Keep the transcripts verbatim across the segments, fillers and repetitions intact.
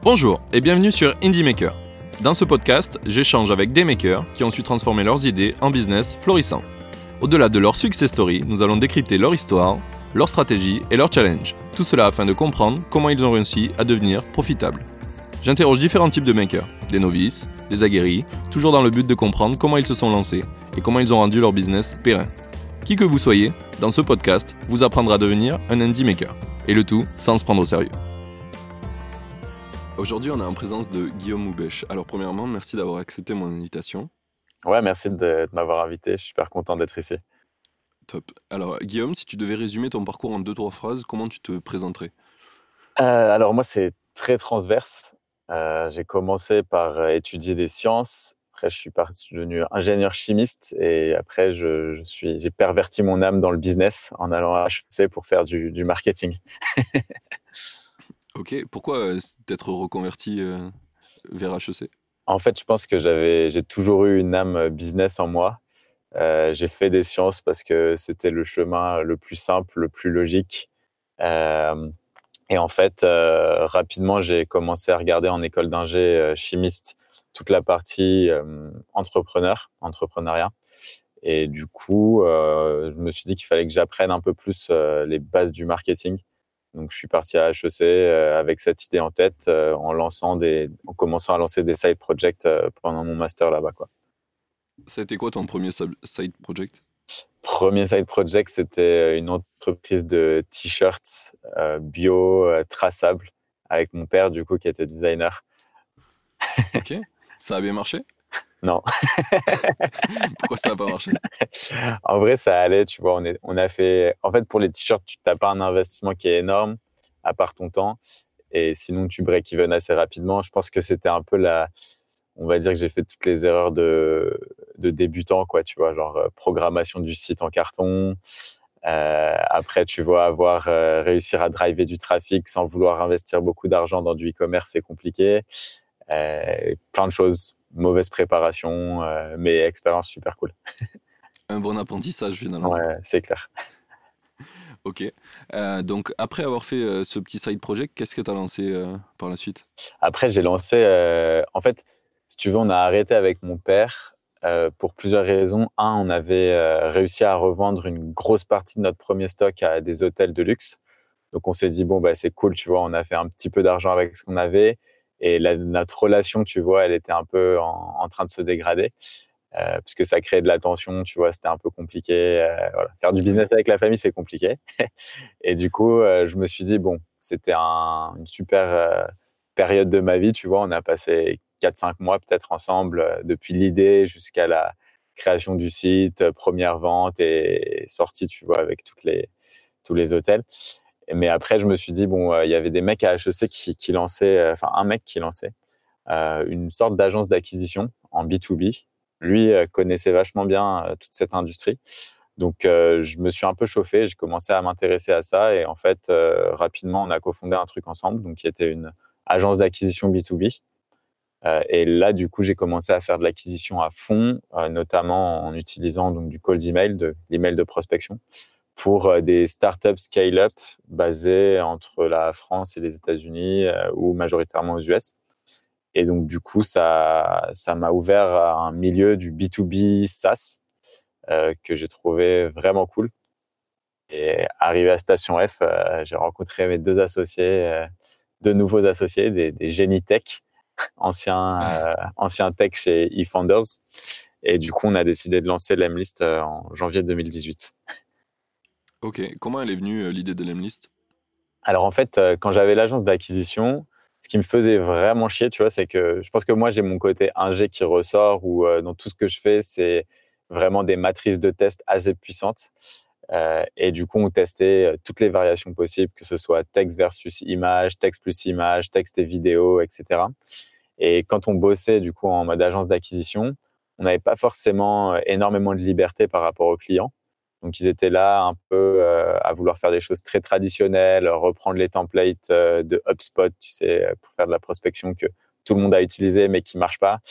Bonjour et bienvenue sur Indie Maker. Dans ce podcast, j'échange avec des makers qui ont su transformer leurs idées en business florissant. Au-delà de leur success story, nous allons décrypter leur histoire, leur stratégie et leurs challenges. Tout cela afin de comprendre comment ils ont réussi à devenir profitables. J'interroge différents types de makers, des novices, des aguerris, toujours dans le but de comprendre comment ils se sont lancés et comment ils ont rendu leur business périn. Qui que vous soyez, dans ce podcast, vous apprendra à devenir un indie maker. Et le tout sans se prendre au sérieux. Aujourd'hui, on est en présence de Guillaume Houbèche. Alors premièrement, merci d'avoir accepté mon invitation. Ouais, merci de, de m'avoir invité. Je suis super content d'être ici. Top. Alors Guillaume, si tu devais résumer ton parcours en deux, trois phrases, comment tu te présenterais ? Euh, alors moi, c'est très transverse. Euh, j'ai commencé par euh, étudier des sciences. Après, je suis, parti, je suis devenu ingénieur chimiste. Et après, je, je suis, j'ai perverti mon âme dans le business en allant à H E C pour faire du, du marketing. Ok, pourquoi euh, t'être reconverti euh, vers H E C ? En fait, je pense que j'avais, j'ai toujours eu une âme business en moi. Euh, j'ai fait des sciences parce que c'était le chemin le plus simple, le plus logique. Euh, et en fait, euh, rapidement, j'ai commencé à regarder en école d'ingé euh, chimiste toute la partie euh, entrepreneur, entrepreneuriat. Et du coup, euh, je me suis dit qu'il fallait que j'apprenne un peu plus euh, les bases du marketing. Donc, je suis parti à H E C euh, avec cette idée en tête, euh, en lançant des, en commençant à lancer des side projects euh, pendant mon master là-bas, quoi. Ça a été quoi ton premier sub- side project ? Premier side project, c'était une entreprise de t-shirts euh, bio, euh, traçables, avec mon père, du coup, qui était designer. Ok, ça a bien marché ? Non. Pourquoi ça n'a pas marché ? En vrai, ça allait, tu vois. On, est, on a fait. En fait, pour les t-shirts, tu n'as pas un investissement qui est énorme, à part ton temps. Et sinon, tu break-even assez rapidement. Je pense que c'était un peu la. On va dire que j'ai fait toutes les erreurs de, de débutant, quoi, tu vois, genre euh, programmation du site en carton. Euh, après, tu vois, avoir euh, réussir à driver du trafic sans vouloir investir beaucoup d'argent dans du e-commerce, c'est compliqué. Euh, plein de choses. Mauvaise préparation, euh, mais expérience super cool. Un bon apprentissage finalement. Ouais, c'est clair. Ok. Euh, donc après avoir fait euh, ce petit side project, qu'est-ce que tu as lancé euh, par la suite ? Après, j'ai lancé. Euh, en fait, si tu veux, on a arrêté avec mon père euh, pour plusieurs raisons. Un, on avait euh, réussi à revendre une grosse partie de notre premier stock à des hôtels de luxe. Donc, on s'est dit, bon, bah, c'est cool, tu vois, on a fait un petit peu d'argent avec ce qu'on avait. Et la, notre relation, tu vois, elle était un peu en, en train de se dégrader. Euh, parce que ça créait de la tension, tu vois, c'était un peu compliqué. Euh, voilà. Faire du business Ouais. avec la famille, c'est compliqué. Et du coup, euh, je me suis dit, bon, c'était un, une super euh, période de ma vie, tu vois, on a passé quatre cinq mois peut-être ensemble, euh, depuis l'idée jusqu'à la création du site, euh, première vente et sortie, tu vois, avec toutes les, tous les hôtels. Mais après, je me suis dit, bon, euh, il y avait des mecs à H E C qui, qui lançaient, euh, enfin, un mec qui lançait euh, une sorte d'agence d'acquisition en B deux B. Lui euh, connaissait vachement bien euh, toute cette industrie. Donc, euh, je me suis un peu chauffé, j'ai commencé à m'intéresser à ça. Et en fait, euh, rapidement, on a cofondé un truc ensemble, donc qui était une agence d'acquisition B deux B. Euh, et là, du coup, j'ai commencé à faire de l'acquisition à fond, euh, notamment en utilisant donc, du cold email, de l'email de prospection, pour euh, des startups scale-up basées entre la France et les États-Unis euh, ou majoritairement aux U S. Et donc, du coup, ça, ça m'a ouvert à un milieu du B deux B SaaS euh, que j'ai trouvé vraiment cool. Et arrivé à Station F, euh, j'ai rencontré mes deux associés, euh, deux nouveaux associés, des, des génies tech, anciens, euh, anciens tech chez eFounders. Et du coup, on a décidé de lancer l'Emlist euh, en janvier deux mille dix-huit. Ok, comment elle est venue euh, l'idée de l'Emlist ? Alors en fait, euh, quand j'avais l'agence d'acquisition, ce qui me faisait vraiment chier, tu vois, c'est que je pense que moi, j'ai mon côté ingé qui ressort, où euh, dans tout ce que je fais, c'est vraiment des matrices de tests assez puissantes. Euh, et du coup, on testait euh, toutes les variations possibles, que ce soit texte versus image, texte plus image, texte et vidéo, et cetera. Et quand on bossait du coup en mode agence d'acquisition, on n'avait pas forcément euh, énormément de liberté par rapport aux clients. Donc, ils étaient là un peu euh, à vouloir faire des choses très traditionnelles, reprendre les templates euh, de HubSpot, tu sais, pour faire de la prospection que tout le monde a utilisé mais qui marche pas.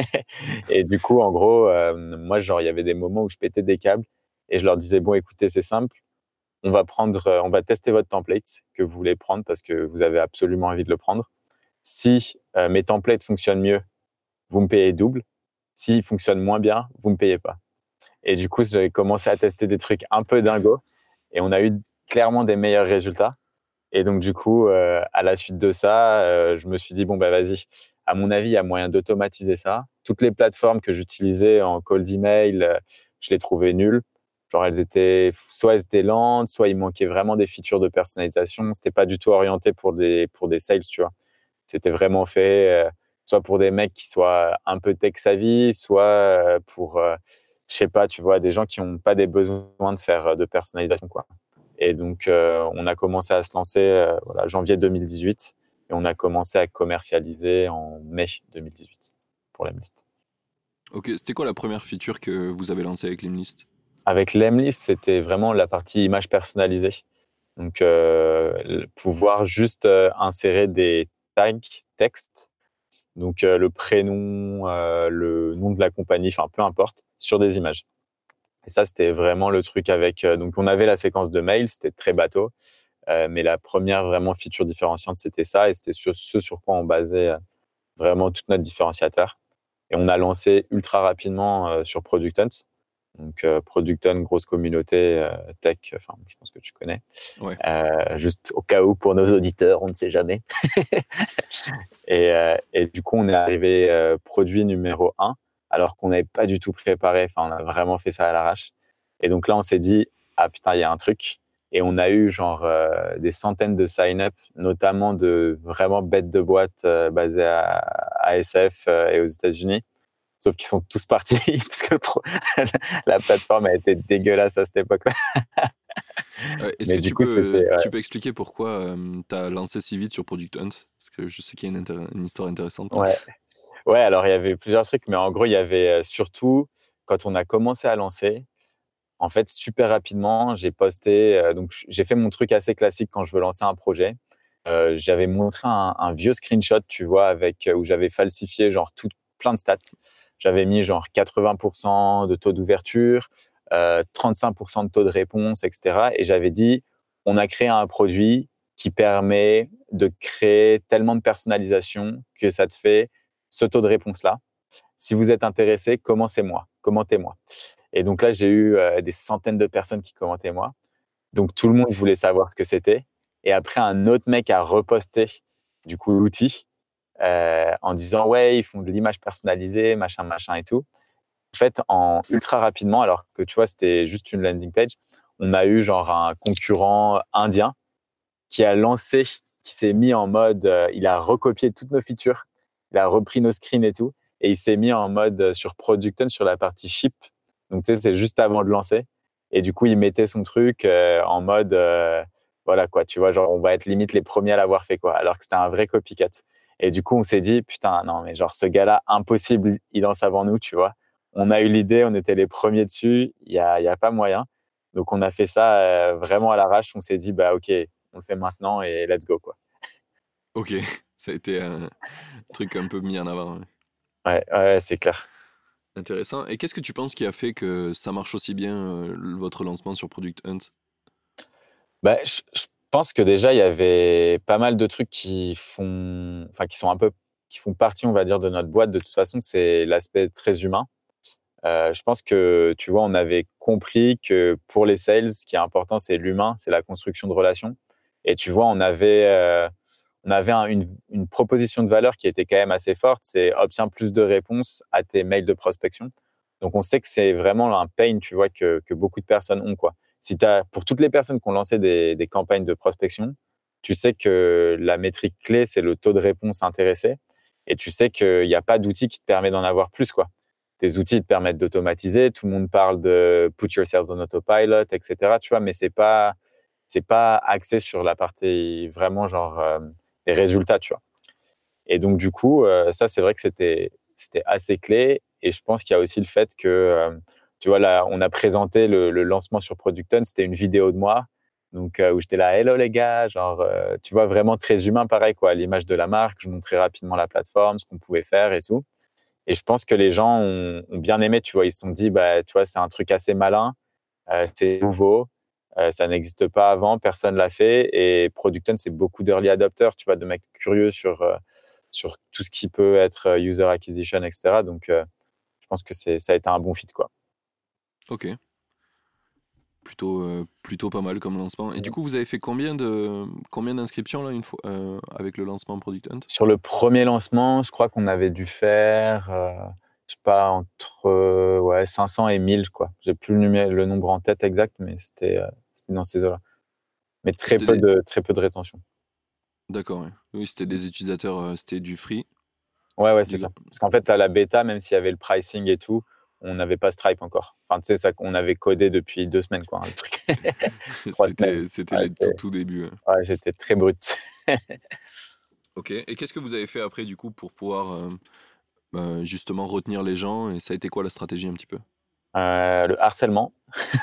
Et du coup, en gros, euh, moi, genre, il y avait des moments où je pétais des câbles et je leur disais, bon, écoutez, c'est simple, on va prendre, euh, on va tester votre template que vous voulez prendre parce que vous avez absolument envie de le prendre. si euh, mes templates fonctionnent mieux, vous me payez double. S'ils fonctionnent moins bien, vous me payez pas. Et du coup, j'ai commencé à tester des trucs un peu dingos et on a eu clairement des meilleurs résultats. Et donc, du coup, euh, à la suite de ça, euh, je me suis dit, bon, bah, vas-y. À mon avis, il y a moyen d'automatiser ça. Toutes les plateformes que j'utilisais en cold email, euh, je les trouvais nulles. Genre, elles étaient, soit elles étaient lentes, soit il manquait vraiment des features de personnalisation. C'était pas du tout orienté pour des, pour des sales, tu vois. C'était vraiment fait, euh, soit pour des mecs qui soient un peu tech savvy, soit euh, pour, euh, je sais pas, tu vois, des gens qui n'ont pas des besoins de faire euh, de personnalisation, quoi. Et donc, euh, on a commencé à se lancer euh, voilà, janvier deux mille dix-huit et on a commencé à commercialiser en mai deux mille dix-huit pour l'Emlist. Ok, c'était quoi la première feature que vous avez lancée avec l'Emlist? Avec l'Emlist, c'était vraiment la partie image personnalisée. Donc, euh, pouvoir juste euh, insérer des tags texte, donc euh, le prénom, euh, le nom de la compagnie, enfin peu importe, sur des images. Et ça, c'était vraiment le truc avec. Euh, donc, on avait la séquence de mail, c'était très bateau. Euh, mais la première vraiment feature différenciante, c'était ça. Et c'était sur ce sur quoi on basait euh, vraiment tout notre différenciateur. Et on a lancé ultra rapidement euh, sur Product Hunt. Donc, euh, Product Hunt, grosse communauté euh, tech, enfin, je pense que tu connais. Ouais. Euh, juste au cas où, pour nos auditeurs, on ne sait jamais. et, euh, et du coup, on est arrivé euh, produit numéro un, alors qu'on n'avait pas du tout préparé. Enfin, on a vraiment fait ça à l'arrache. Et donc là, on s'est dit, ah putain, il y a un truc. Et on a eu genre euh, des centaines de sign-up, notamment de vraiment bêtes de boîte euh, basées à, à S F euh, et aux États-Unis. Sauf qu'ils sont tous partis parce que pro- la plateforme a été dégueulasse à cette époque-là. Euh, Est-ce Mais que du tu coup, peux, c'était. Ouais. tu peux expliquer pourquoi tu as lancé si vite sur Product Hunt? Parce que je sais qu'il y a une, intér- une histoire intéressante là. Ouais. Ouais, alors il y avait plusieurs trucs, mais en gros, il y avait euh, surtout quand on a commencé à lancer. En fait, super rapidement, j'ai posté. Euh, donc, j'ai fait mon truc assez classique quand je veux lancer un projet. Euh, j'avais montré un, un vieux screenshot, tu vois, avec euh, où j'avais falsifié genre tout plein de stats. J'avais mis genre quatre-vingts pour cent de taux d'ouverture, euh, trente-cinq pour cent de taux de réponse, et cetera. Et j'avais dit, on a créé un produit qui permet de créer tellement de personnalisation que ça te fait ce taux de réponse-là. Si vous êtes intéressé, commencez-moi, commentez-moi. Et donc là, j'ai eu euh, des centaines de personnes qui commentaient moi. Donc tout le monde voulait savoir ce que c'était. Et après, un autre mec a reposté du coup l'outil euh, en disant ouais, ils font de l'image personnalisée, machin, machin et tout. En fait, en ultra rapidement, alors que tu vois, c'était juste une landing page, on a eu genre un concurrent indien qui a lancé, qui s'est mis en mode, euh, il a recopié toutes nos features, il a repris nos screens et tout, et il s'est mis en mode euh, sur Product Hunt sur la partie ship. Donc tu sais, c'est juste avant de lancer. Et du coup, il mettait son truc euh, en mode, euh, voilà quoi, tu vois, genre on va être limite les premiers à l'avoir fait quoi, alors que c'était un vrai copycat. Et du coup, on s'est dit, putain, non, mais genre ce gars-là, impossible, il lance avant nous, tu vois. On a eu l'idée, on était les premiers dessus, il n'y a, y a pas moyen. Donc on a fait ça euh, vraiment à l'arrache, on s'est dit, bah ok, on le fait maintenant et let's go quoi. Ok, ça a été un truc un peu mis en avant. Ouais. Ouais, ouais, c'est clair. Intéressant. Et qu'est-ce que tu penses qui a fait que ça marche aussi bien, euh, votre lancement sur Product Hunt? Bah, je, je pense que déjà il y avait pas mal de trucs qui font, enfin qui sont un peu, qui font partie, on va dire, de notre boîte. De toute façon, c'est l'aspect très humain. Euh, je pense que tu vois, on avait compris que pour les sales, ce qui est important, c'est l'humain, c'est la construction de relations. Et tu vois, on avait euh, on avait un- une, une proposition de valeur qui était quand même assez forte, c'est obtiens plus de réponses à tes mails de prospection. Donc on sait que c'est vraiment un pain, tu vois, que, que beaucoup de personnes ont, quoi. Si t'as, pour toutes les personnes qui ont lancé des, des campagnes de prospection, tu sais que la métrique clé, c'est le taux de réponse intéressé. Et tu sais qu'il n'y a pas d'outil qui te permet d'en avoir plus, quoi. Tes outils te permettent d'automatiser. Tout le monde parle de put your sales on autopilot, et cetera. Tu vois, mais c'est pas, c'est pas axé sur la partie vraiment genre euh, des résultats, tu vois. Et donc, du coup, euh, ça, c'est vrai que c'était, c'était assez clé. Et je pense qu'il y a aussi le fait que, euh, tu vois, là, on a présenté le, le lancement sur Product Hunt, c'était une vidéo de moi, donc euh, où j'étais là, hello les gars, genre, euh, tu vois, vraiment très humain, pareil, quoi, à l'image de la marque. Je montrais rapidement la plateforme, ce qu'on pouvait faire et tout. Et je pense que les gens ont, ont bien aimé, tu vois, ils se sont dit, bah, tu vois, c'est un truc assez malin, euh, c'est nouveau, euh, ça n'existe pas avant, personne l'a fait. Et Product Hunt, c'est beaucoup d'early adopters, tu vois, de mecs curieux sur, euh, sur tout ce qui peut être user acquisition, et cetera. Donc, euh, je pense que c'est, ça a été un bon fit, quoi. Ok. Plutôt, euh, plutôt pas mal comme lancement. Et du coup, vous avez fait combien de combien d'inscriptions là une fois euh, avec le lancement Product Hunt? Sur le premier lancement, je crois qu'on avait dû faire, euh, je sais pas, entre euh, ouais, cinq cents et mille, quoi. J'ai plus le, numé- le nombre en tête exact, mais c'était, euh, c'était dans ces eaux-là. Mais très C'était peu des... de, très peu de rétention. D'accord, ouais. Oui, c'était des utilisateurs, euh, c'était du free. Ouais, ouais, c'est Du... ça. Parce qu'en fait, à la bêta, même s'il y avait le pricing et tout, on n'avait pas Stripe encore. Enfin, tu sais, ça, on avait codé depuis deux semaines, quoi, hein, le truc. Trois semaines. C'était, c'était Ouais, les tout, c'était, tout débuts. Ouais. ouais, c'était très brut. Ok. Et qu'est-ce que vous avez fait après du coup pour pouvoir euh, euh, justement retenir les gens et ça a été quoi la stratégie un petit peu? Euh, le harcèlement.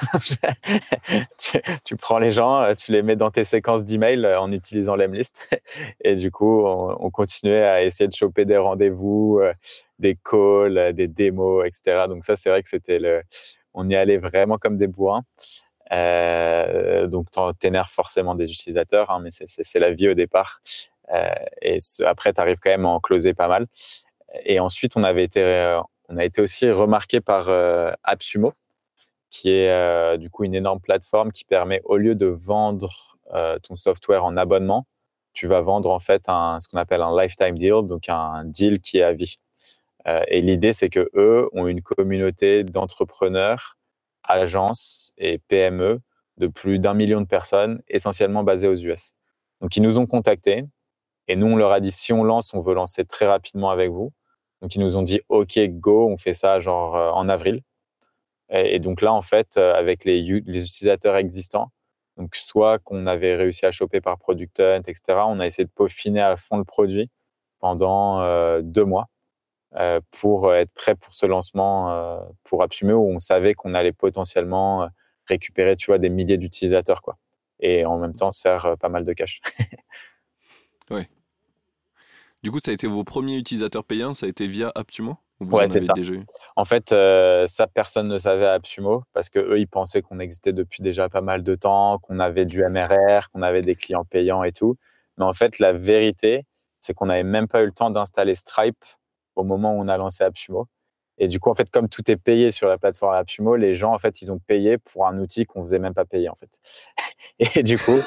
tu, tu prends les gens, euh, tu les mets dans tes séquences d'email euh, en utilisant l'Emlist. Et du coup, on, on continuait à essayer de choper des rendez-vous, euh, des calls, euh, des démos, et cetera. Donc ça, c'est vrai que c'était le... On y allait vraiment comme des bourrins. Euh, donc, tu énerves forcément des utilisateurs, hein, mais c'est, c'est, c'est la vie au départ. Euh, et ce, après, tu arrives quand même à en closer pas mal. Et ensuite, on avait été, euh, on a été aussi remarqué par euh, AppSumo, qui est euh, du coup une énorme plateforme qui permet, au lieu de vendre euh, ton software en abonnement, tu vas vendre en fait un, ce qu'on appelle un lifetime deal, donc un deal qui est à vie. Euh, et l'idée, c'est que eux ont une communauté d'entrepreneurs, agences et P M E de plus d'un million de personnes, essentiellement basées aux U S. Donc, ils nous ont contactés et nous, on leur a dit, si on lance, on veut lancer très rapidement avec vous. Donc, ils nous ont dit, OK, go, on fait ça genre euh, en avril. Et, et donc là, en fait, euh, avec les, les utilisateurs existants, donc soit qu'on avait réussi à choper par Product Hunt, et cetera, on a essayé de peaufiner à fond le produit pendant euh, deux mois euh, pour être prêt pour ce lancement euh, pour AppSumo, où on savait qu'on allait potentiellement euh, récupérer, tu vois, des milliers d'utilisateurs, quoi. Et en même temps, se faire euh, pas mal de cash. Ouais. Du coup, ça a été vos premiers utilisateurs payants, ça a été via AppSumo ou vous Ouais, en c'est avez ça. déjà eu? En fait, euh, ça, personne ne savait à AppSumo parce que eux, ils pensaient qu'on existait depuis déjà pas mal de temps, qu'on avait du M R R, qu'on avait des clients payants et tout. Mais en fait, la vérité, c'est qu'on n'avait même pas eu le temps d'installer Stripe au moment où on a lancé AppSumo. Et du coup, en fait, comme tout est payé sur la plateforme AppSumo, les gens, en fait, ils ont payé pour un outil qu'on faisait même pas payer, en fait. Et du coup,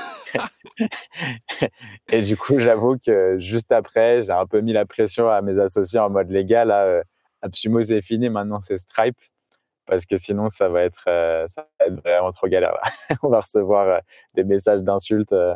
et du coup, j'avoue que juste après, j'ai un peu mis la pression à mes associés en mode les gars, là, euh, AppSumo, c'est fini, maintenant c'est Stripe, parce que sinon, ça va être, euh, ça va être vraiment trop galère, là. On va recevoir euh, des messages d'insultes. euh.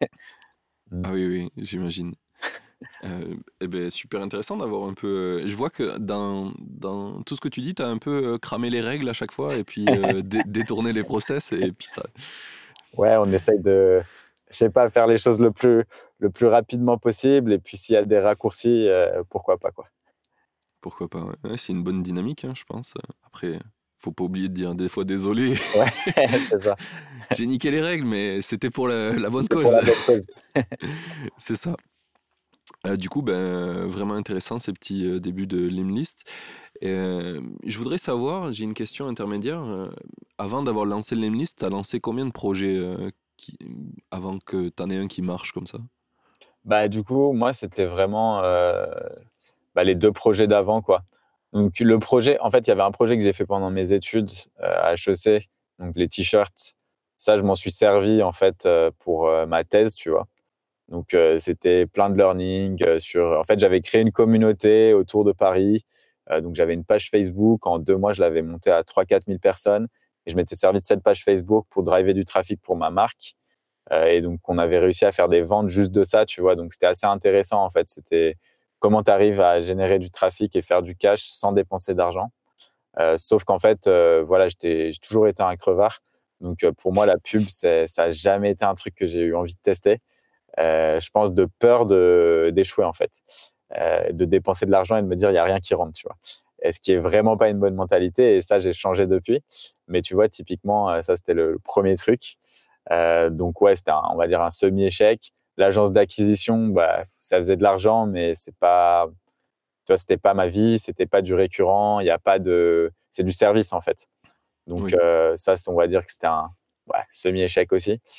Ah oui, oui, j'imagine. Euh, eh ben, super intéressant d'avoir un peu. euh, Je vois que dans, dans tout ce que tu dis, tu as un peu euh, cramé les règles à chaque fois et puis euh, dé- détourné les process et puis ça. Ouais, on essaye de, je sais pas, faire les choses le plus, le plus rapidement possible. Et puis, s'il y a des raccourcis, euh, pourquoi pas, quoi. Pourquoi pas, ouais. Ouais, c'est une bonne dynamique, hein, je pense. Après, faut pas oublier de dire des fois désolé. Ouais, c'est ça. J'ai niqué les règles, mais c'était pour la, la bonne C'est pour cause. la bonne cause. C'est ça. Euh, du coup, ben, vraiment intéressant ces petits euh, débuts de Limlist. Euh, je voudrais savoir, j'ai une question intermédiaire. euh, avant d'avoir lancé Limlist, tu as lancé combien de projets euh, qui, avant que tu en aies un qui marche comme ça? Bah, du coup, moi, c'était vraiment euh, bah, les deux projets d'avant, quoi. Donc, le projet, en fait, il y avait un projet que j'ai fait pendant mes études euh, à H E C, donc les t-shirts. Ça, je m'en suis servi, en fait, euh, pour euh, ma thèse, tu vois. Donc, euh, c'était plein de learning euh, sur. En fait, j'avais créé une communauté autour de Paris. Euh, donc, j'avais une page Facebook. En deux mois, je l'avais montée à trois quatre mille personnes. Et je m'étais servi de cette page Facebook pour driver du trafic pour ma marque. Euh, et donc, on avait réussi à faire des ventes juste de ça, tu vois. Donc, c'était assez intéressant, en fait. C'était comment tu arrives à générer du trafic et faire du cash sans dépenser d'argent. Euh, sauf qu'en fait, euh, voilà, j'étais, j'ai toujours été un crevard. Donc, euh, pour moi, la pub, c'est, ça n'a jamais été un truc que j'ai eu envie de tester. Euh, je pense de peur de, d'échouer, en fait. Euh, de dépenser de l'argent et de me dire, il n'y a rien qui rentre, tu vois. Et ce qui est vraiment pas une bonne mentalité. Et ça, j'ai changé depuis. Mais tu vois, typiquement, euh, ça, c'était le, le premier truc. Euh, donc ouais, c'était un, on va dire un semi-échec. L'agence d'acquisition, bah, ça faisait de l'argent, mais c'est pas, tu vois, c'était pas ma vie, c'était pas du récurrent. Il y a pas de, c'est du service en fait. Donc Oui. euh, ça, on va dire que c'était un ouais, semi-échec aussi.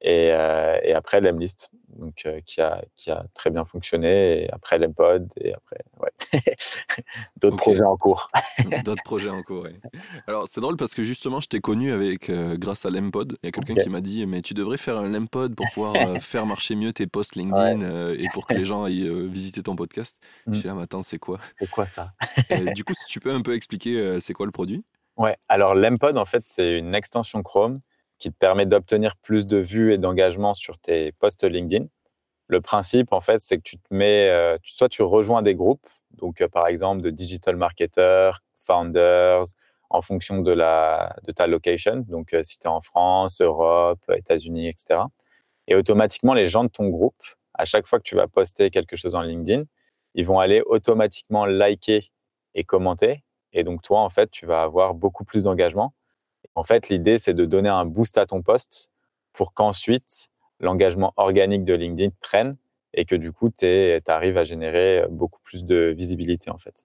Et, euh, et après, Lemlist, donc, euh, qui, a, qui a très bien fonctionné. Et après, Lempod. Et après, ouais. D'autres Ok. projets en cours. D'autres projets en cours, oui. Alors, c'est drôle parce que justement, je t'ai connu avec, euh, grâce à Lempod. Il y a quelqu'un Ok. qui m'a dit, mais tu devrais faire un Lempod pour pouvoir euh, faire marcher mieux tes posts Ouais. LinkedIn euh, et pour que les gens aillent euh, visiter ton podcast. Je Mm. suis là, mais attends, c'est quoi? C'est quoi ça? Et du coup, si tu peux un peu expliquer euh, c'est quoi le produit? Ouais. Alors, Lempod, en fait, c'est une extension Chrome qui te permet d'obtenir plus de vues et d'engagement sur tes posts LinkedIn. Le principe, en fait, c'est que tu te mets, euh, tu- soit tu rejoins des groupes, donc euh, par exemple de digital marketers, founders, en fonction de, la, de ta location, donc euh, si tu es en France, Europe, États-Unis, et cetera. Et automatiquement, les gens de ton groupe, à chaque fois que tu vas poster quelque chose en LinkedIn, ils vont aller automatiquement liker et commenter. Et donc, toi, en fait, tu vas avoir beaucoup plus d'engagement. En fait, l'idée, c'est de donner un boost à ton post pour qu'ensuite, l'engagement organique de LinkedIn prenne et que du coup, tu arrives à générer beaucoup plus de visibilité, en fait.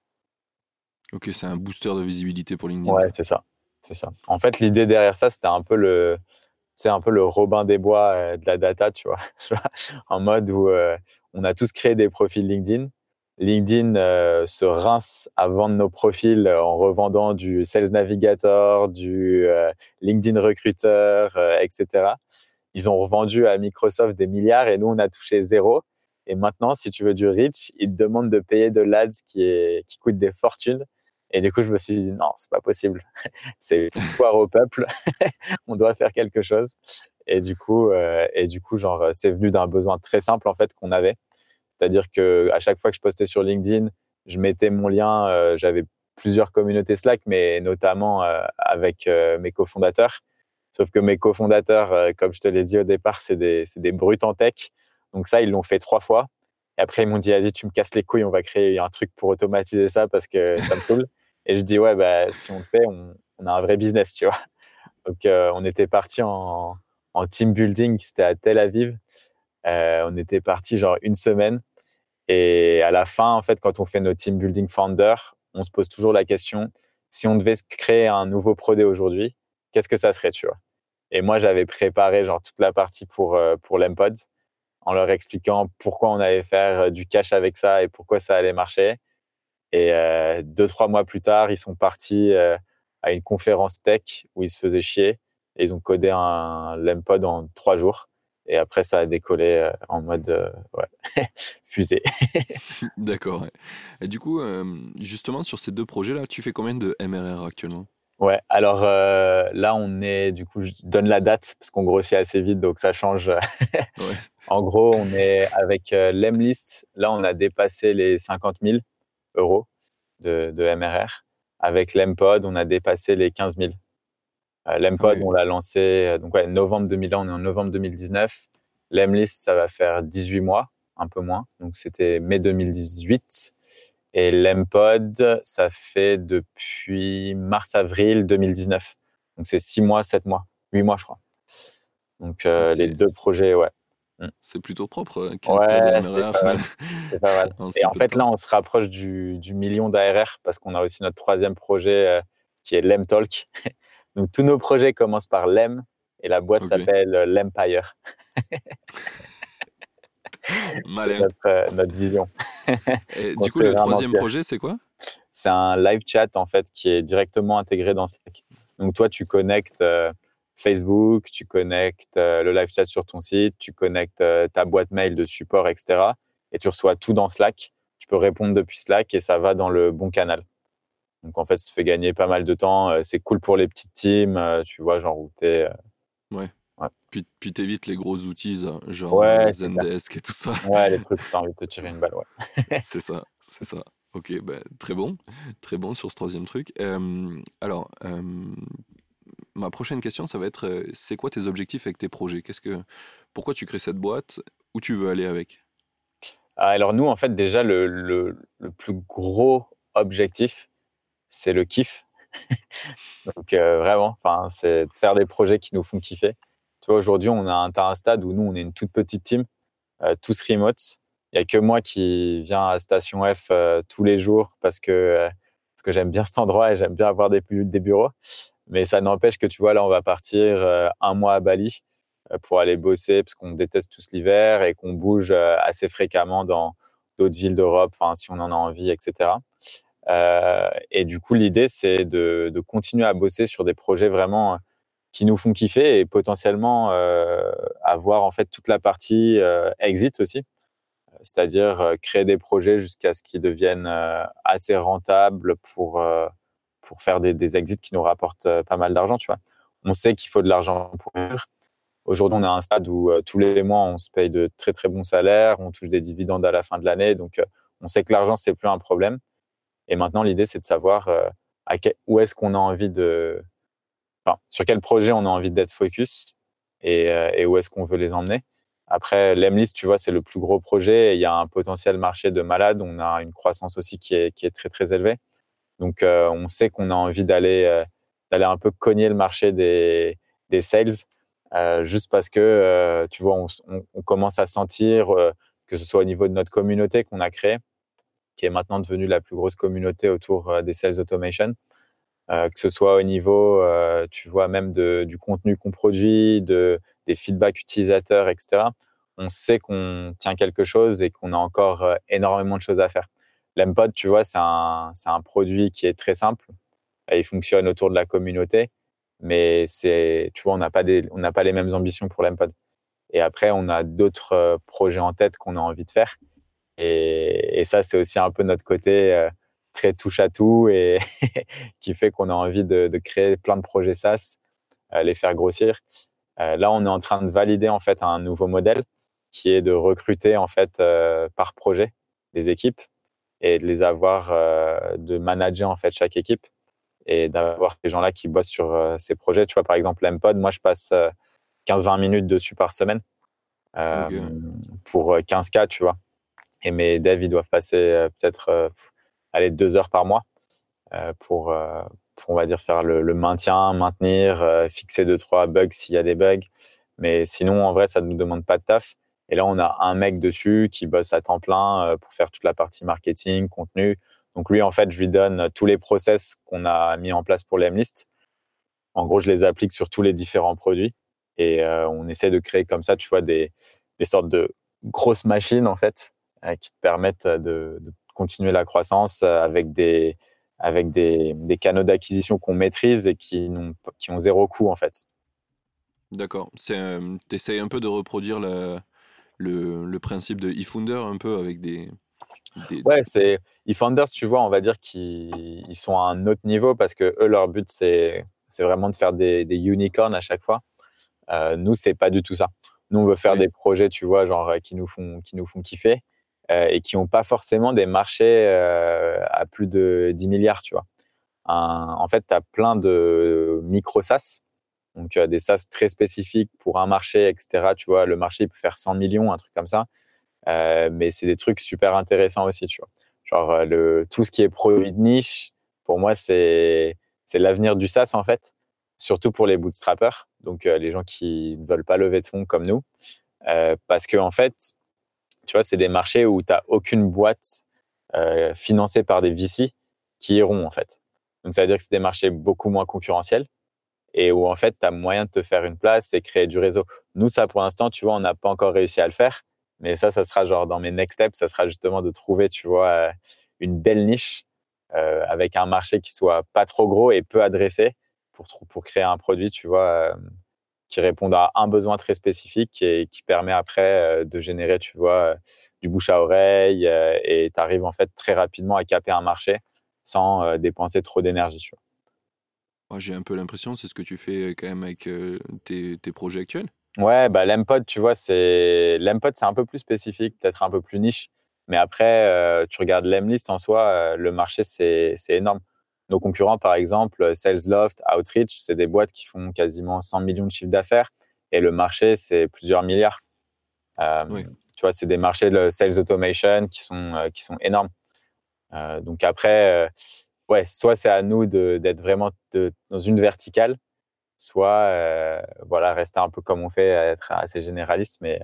Ok, c'est un booster de visibilité pour LinkedIn, Ouais, quoi. c'est ça. C'est ça. En fait, l'idée derrière ça, c'était un peu le, c'est un peu le Robin des Bois euh, de la data, tu vois. En mode où euh, on a tous créé des profils LinkedIn. LinkedIn euh, se rince à vendre nos profils en revendant du Sales Navigator, du euh, LinkedIn Recruiter, euh, et cetera. Ils ont revendu à Microsoft des milliards et nous, on a touché zéro. Et maintenant, si tu veux du reach, ils te demandent de payer de l'Ads qui, est, qui coûte des fortunes. Et du coup, je me suis dit, non, c'est pas possible. C'est foire au peuple. On doit faire quelque chose. Et du coup, euh, et du coup, genre, c'est venu d'un besoin très simple en fait qu'on avait. C'est-à-dire que à chaque fois que je postais sur LinkedIn, je mettais mon lien. Euh, j'avais plusieurs communautés Slack, mais notamment euh, avec euh, mes cofondateurs. Sauf que mes cofondateurs, euh, comme je te l'ai dit au départ, c'est des, c'est des brutes en tech. Donc ça, ils l'ont fait trois fois. Et après, ils m'ont dit, vas-y, tu me casses les couilles, on va créer un truc pour automatiser ça parce que ça me saoule. Et je dis, ouais, bah, si on le fait, on, on a un vrai business, tu vois. Donc, euh, on était parti en, en team building, c'était à Tel Aviv. Euh, on était parti genre une semaine. Et à la fin, en fait, quand on fait nos team building founder, on se pose toujours la question, si on devait créer un nouveau produit aujourd'hui, qu'est-ce que ça serait, tu vois? Et moi, j'avais préparé genre toute la partie pour, euh, pour l'Empod en leur expliquant pourquoi on allait faire euh, du cash avec ça et pourquoi ça allait marcher. Et euh, deux, trois mois plus tard, ils sont partis euh, à une conférence tech où ils se faisaient chier et ils ont codé un Lempod en trois jours. Et après, ça a décollé euh, en mode euh, ouais, fusée. D'accord, ouais. Et du coup, euh, justement, sur ces deux projets-là, tu fais combien de M R R actuellement? Ouais, alors euh, là, on est, du coup, je donne la date parce qu'on grossit assez vite, donc ça change. Ouais, En gros, on est avec euh, Lemlist. Là, on a dépassé les cinquante mille euros de, de M R R. Avec l'Empod, on a dépassé les quinze mille. Euh, ah L'Empod, ouais, on l'a lancé euh, donc ouais, novembre deux mille, là, on est en novembre deux mille dix-neuf. L'Emlist, ça va faire dix-huit mois, un peu moins. Donc, c'était mai deux mille dix-huit. Et l'Empod, ça fait depuis mars-avril deux mille dix-neuf. Donc, c'est six mois, sept mois, huit mois, je crois. Donc, ah, euh, les c'est deux projets, ouais. Mm. c'est plutôt propre, euh, quinze K de Ouais, c'est pas M R R mal. C'est pas mal. en Et si en peu de fait, là, temps. on se rapproche du, du million d'A R R parce qu'on a aussi notre troisième projet euh, qui est l'Emtalk. Donc, tous nos projets commencent par Lem et la boîte Ok, s'appelle euh, l'Empire. C'est malin. notre, euh, notre vision. Et On du coup, fait le vraiment troisième pire. projet, c'est quoi? C'est un live chat en fait qui est directement intégré dans Slack. Donc toi, tu connectes euh, Facebook, tu connectes euh, le live chat sur ton site, tu connectes euh, ta boîte mail de support, et cetera. Et tu reçois tout dans Slack. Tu peux répondre depuis Slack et ça va dans le bon canal. Donc en fait, ça te fait gagner pas mal de temps. Euh, C'est cool pour les petites teams, euh, tu vois, genre où t'es. euh, Ouais. ouais, Puis, puis t'évites les gros outils, ça, genre euh, ouais, c'est clair. Zendesk et tout ça. Ouais, les trucs où t'as envie de te tirer une balle, ouais. C'est ça, c'est ça. Ok, ben, très bon, très bon sur ce troisième truc. Euh, alors, euh, ma prochaine question, ça va être, euh, c'est quoi tes objectifs avec tes projets? Qu'est-ce que, pourquoi tu crées cette boîte? Où tu veux aller avec? Ah, alors nous, en fait, déjà, le, le, le plus gros objectif, c'est le kiff. Donc euh, vraiment, enfin, c'est de faire des projets qui nous font kiffer. Tu vois, aujourd'hui, on a atteint un stade où nous, on est une toute petite team, euh, tous remote. Il n'y a que moi qui viens à Station F euh, tous les jours parce que, euh, parce que j'aime bien cet endroit et j'aime bien avoir des, des bureaux. Mais ça n'empêche que, tu vois, là, on va partir euh, un mois à Bali. euh, pour aller bosser parce qu'on déteste tous l'hiver et qu'on bouge euh, assez fréquemment dans d'autres villes d'Europe, enfin, si on en a envie, et cetera. Euh, et du coup, l'idée, c'est de, de continuer à bosser sur des projets vraiment euh, qui nous font kiffer et potentiellement euh, avoir en fait toute la partie euh, exit aussi, c'est-à-dire euh, créer des projets jusqu'à ce qu'ils deviennent euh, assez rentables pour, euh, pour faire des, des exits qui nous rapportent euh, pas mal d'argent, tu vois. On sait qu'il faut de l'argent pour vivre. Aujourd'hui, on est à un stade où euh, tous les mois, on se paye de très très bons salaires, on touche des dividendes à la fin de l'année, donc euh, on sait que l'argent, c'est plus un problème. Et maintenant, l'idée, c'est de savoir euh, à quel, où est-ce qu'on a envie de, enfin, sur quel projet on a envie d'être focus et, euh, et où est-ce qu'on veut les emmener. Après, l'Emlist, tu vois, c'est le plus gros projet et il y a un potentiel marché de malade. On a une croissance aussi qui est, qui est très, très élevée. Donc, euh, on sait qu'on a envie d'aller, euh, d'aller un peu cogner le marché des, des sales, euh, juste parce que, euh, tu vois, on, on, on commence à sentir, euh, que ce soit au niveau de notre communauté qu'on a créée, qui est maintenant devenue la plus grosse communauté autour euh, des sales automation, euh, que ce soit au niveau, euh, tu vois, même de, du contenu qu'on produit, de, des feedbacks utilisateurs, et cetera. On sait qu'on tient quelque chose et qu'on a encore euh, énormément de choses à faire. L'Empod, tu vois, c'est un, c'est un produit qui est très simple. Et il fonctionne autour de la communauté, mais c'est, tu vois, on n'a pas, des, on n'a pas les mêmes ambitions pour l'Empod. Et après, on a d'autres euh, projets en tête qu'on a envie de faire. Et, et ça, c'est aussi un peu notre côté euh, très touche à tout et qui fait qu'on a envie de, de créer plein de projets SaaS, euh, les faire grossir. Euh, là, on est en train de valider en fait un nouveau modèle qui est de recruter en fait euh, par projet des équipes et de les avoir, euh, de manager en fait chaque équipe et d'avoir ces gens-là qui bossent sur euh, ces projets. Tu vois, par exemple, l'Mpod, moi, je passe euh, quinze vingt minutes dessus par semaine euh, Ok. pour quinze K, tu vois. Et mes devs, ils doivent passer euh, peut-être euh, aller deux heures par mois euh, pour, euh, pour, on va dire, faire le, le maintien, maintenir, euh, fixer deux, trois bugs s'il y a des bugs. Mais sinon, en vrai, ça ne nous demande pas de taf. Et là, on a un mec dessus qui bosse à temps plein euh, pour faire toute la partie marketing, contenu. Donc lui, en fait, je lui donne tous les process qu'on a mis en place pour l'Emlist. En gros, je les applique sur tous les différents produits. Et euh, on essaie de créer comme ça, tu vois, des, des sortes de grosses machines, en fait, euh, qui te permettent de, de continuer la croissance euh, avec des, avec des, des canaux d'acquisition qu'on maîtrise et qui, n'ont, qui ont zéro coût, en fait. D'accord. C'est, euh, t'essayes un peu de reproduire la- le, le principe de eFounder un peu avec des, des... Ouais, c'est eFounders, tu vois, on va dire qu'ils ils sont à un autre niveau parce que eux, leur but, c'est, c'est vraiment de faire des, des unicorns à chaque fois. Euh, nous, c'est pas du tout ça. Nous, on veut faire Ouais. des projets, tu vois, genre euh, qui nous font, qui nous font kiffer euh, et qui n'ont pas forcément des marchés euh, à plus de dix milliards, tu vois. Un- en fait, tu as plein de micro SaaS, donc euh, des SaaS très spécifiques pour un marché, et cetera. Tu vois, le marché il peut faire cent millions, un truc comme ça. Euh, mais c'est des trucs super intéressants aussi, tu vois. Genre, euh, le, tout ce qui est produit de niche, pour moi, c'est, c'est l'avenir du SaaS, en fait, surtout pour les bootstrappers, donc euh, les gens qui ne veulent pas lever de fonds comme nous. Euh, parce que, en fait, tu vois, c'est des marchés où tu n'as aucune boîte euh, financée par des V C qui iront, en fait. Donc, ça veut dire que c'est des marchés beaucoup moins concurrentiels et où, en fait, tu as moyen de te faire une place et créer du réseau. Nous, ça, pour l'instant, tu vois, on n'a pas encore réussi à le faire. Mais ça, ça sera genre dans mes next steps, ça sera justement de trouver, tu vois, euh, une belle niche euh, avec un marché qui soit pas trop gros et peu adressé pour, pour créer un produit, tu vois, euh, qui réponde à un besoin très spécifique et qui permet après euh, de générer, tu vois, euh, du bouche à oreille euh, et tu arrives en fait très rapidement à caper un marché sans euh, dépenser trop d'énergie, tu vois. Ouais, j'ai un peu l'impression, c'est ce que tu fais quand même avec euh, tes, tes projets actuels. Ouais, bah, l'Empod, tu vois, c'est l'Empod, c'est un peu plus spécifique, peut-être un peu plus niche. Mais après, euh, tu regardes l'Emlist en soi, euh, le marché, c'est, c'est énorme. Nos concurrents, par exemple, SalesLoft, Outreach, c'est des boîtes qui font quasiment cent millions de chiffre d'affaires. Et le marché, c'est plusieurs milliards. Euh, Oui. Tu vois, c'est des marchés de sales automation qui sont, euh, qui sont énormes. Euh, donc après, euh, ouais, soit c'est à nous de, d'être vraiment de- dans une verticale, soit euh, voilà, rester un peu comme on fait, être assez généraliste, mais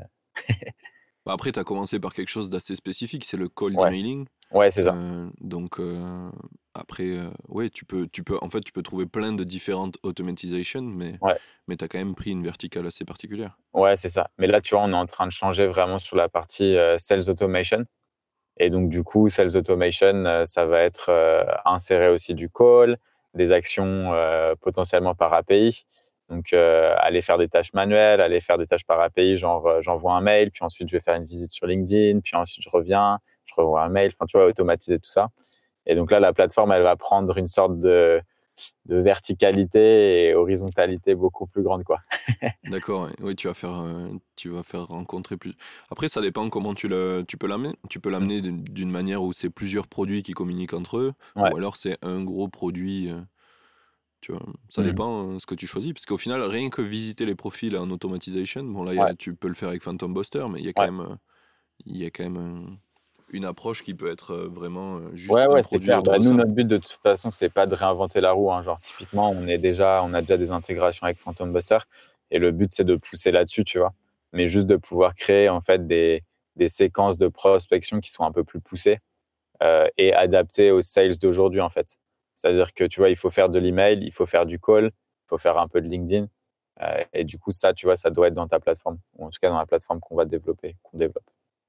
Bah, après, tu as commencé par quelque chose d'assez spécifique, c'est le cold ouais, emailing. ouais, c'est ça. Euh, donc, euh, Après, euh, ouais, tu peux, tu peux, en fait, tu peux trouver plein de différentes automatisations, mais, Ouais, mais tu as quand même pris une verticale assez particulière. ouais, c'est ça. Mais là, tu vois, on est en train de changer vraiment sur la partie euh, sales automation. Et donc, du coup, sales automation, euh, ça va être euh, insérer aussi du call, des actions euh, potentiellement par A P I. Donc, euh, aller faire des tâches manuelles, aller faire des tâches par A P I, genre euh, j'envoie un mail, puis ensuite je vais faire une visite sur LinkedIn, puis ensuite je reviens, je revois un mail. Enfin, tu vois, automatiser tout ça. Et donc là, la plateforme, elle va prendre une sorte de, de verticalité et horizontalité beaucoup plus grande, quoi. D'accord, ouais. Oui, tu vas faire, euh, tu vas faire rencontrer plus. Après, ça dépend comment tu le, tu peux l'amener. Tu peux Mm. l'amener d'une d'une manière où c'est plusieurs produits qui communiquent entre eux, Ouais. ou alors c'est un gros produit. euh, Tu vois, ça Mm. dépend euh, ce que tu choisis. Parce qu'au final, rien que visiter les profils en automatisation, bon là, il y Ouais. a- tu peux le faire avec Phantom Buster, mais il y a quand Ouais. même, euh, il y a quand même un- une approche qui peut être euh, vraiment euh, juste Ouais, un ouais, c'est produit clair. autour Bah, de nous, ça. notre but de toute façon, c'est pas de réinventer la roue, hein. Genre, typiquement, on est déjà, on a déjà des intégrations avec Phantom Buster, et le but, c'est de pousser là-dessus, tu vois. Mais juste de pouvoir créer en fait des, des séquences de prospection qui sont un peu plus poussées euh, et adaptées aux sales d'aujourd'hui, en fait. C'est-à-dire que tu vois, il faut faire de l'email, il faut faire du call, il faut faire un peu de LinkedIn, euh, et du coup, ça, tu vois, ça doit être dans ta plateforme, ou en tout cas dans la plateforme qu'on va développer, qu'on développe.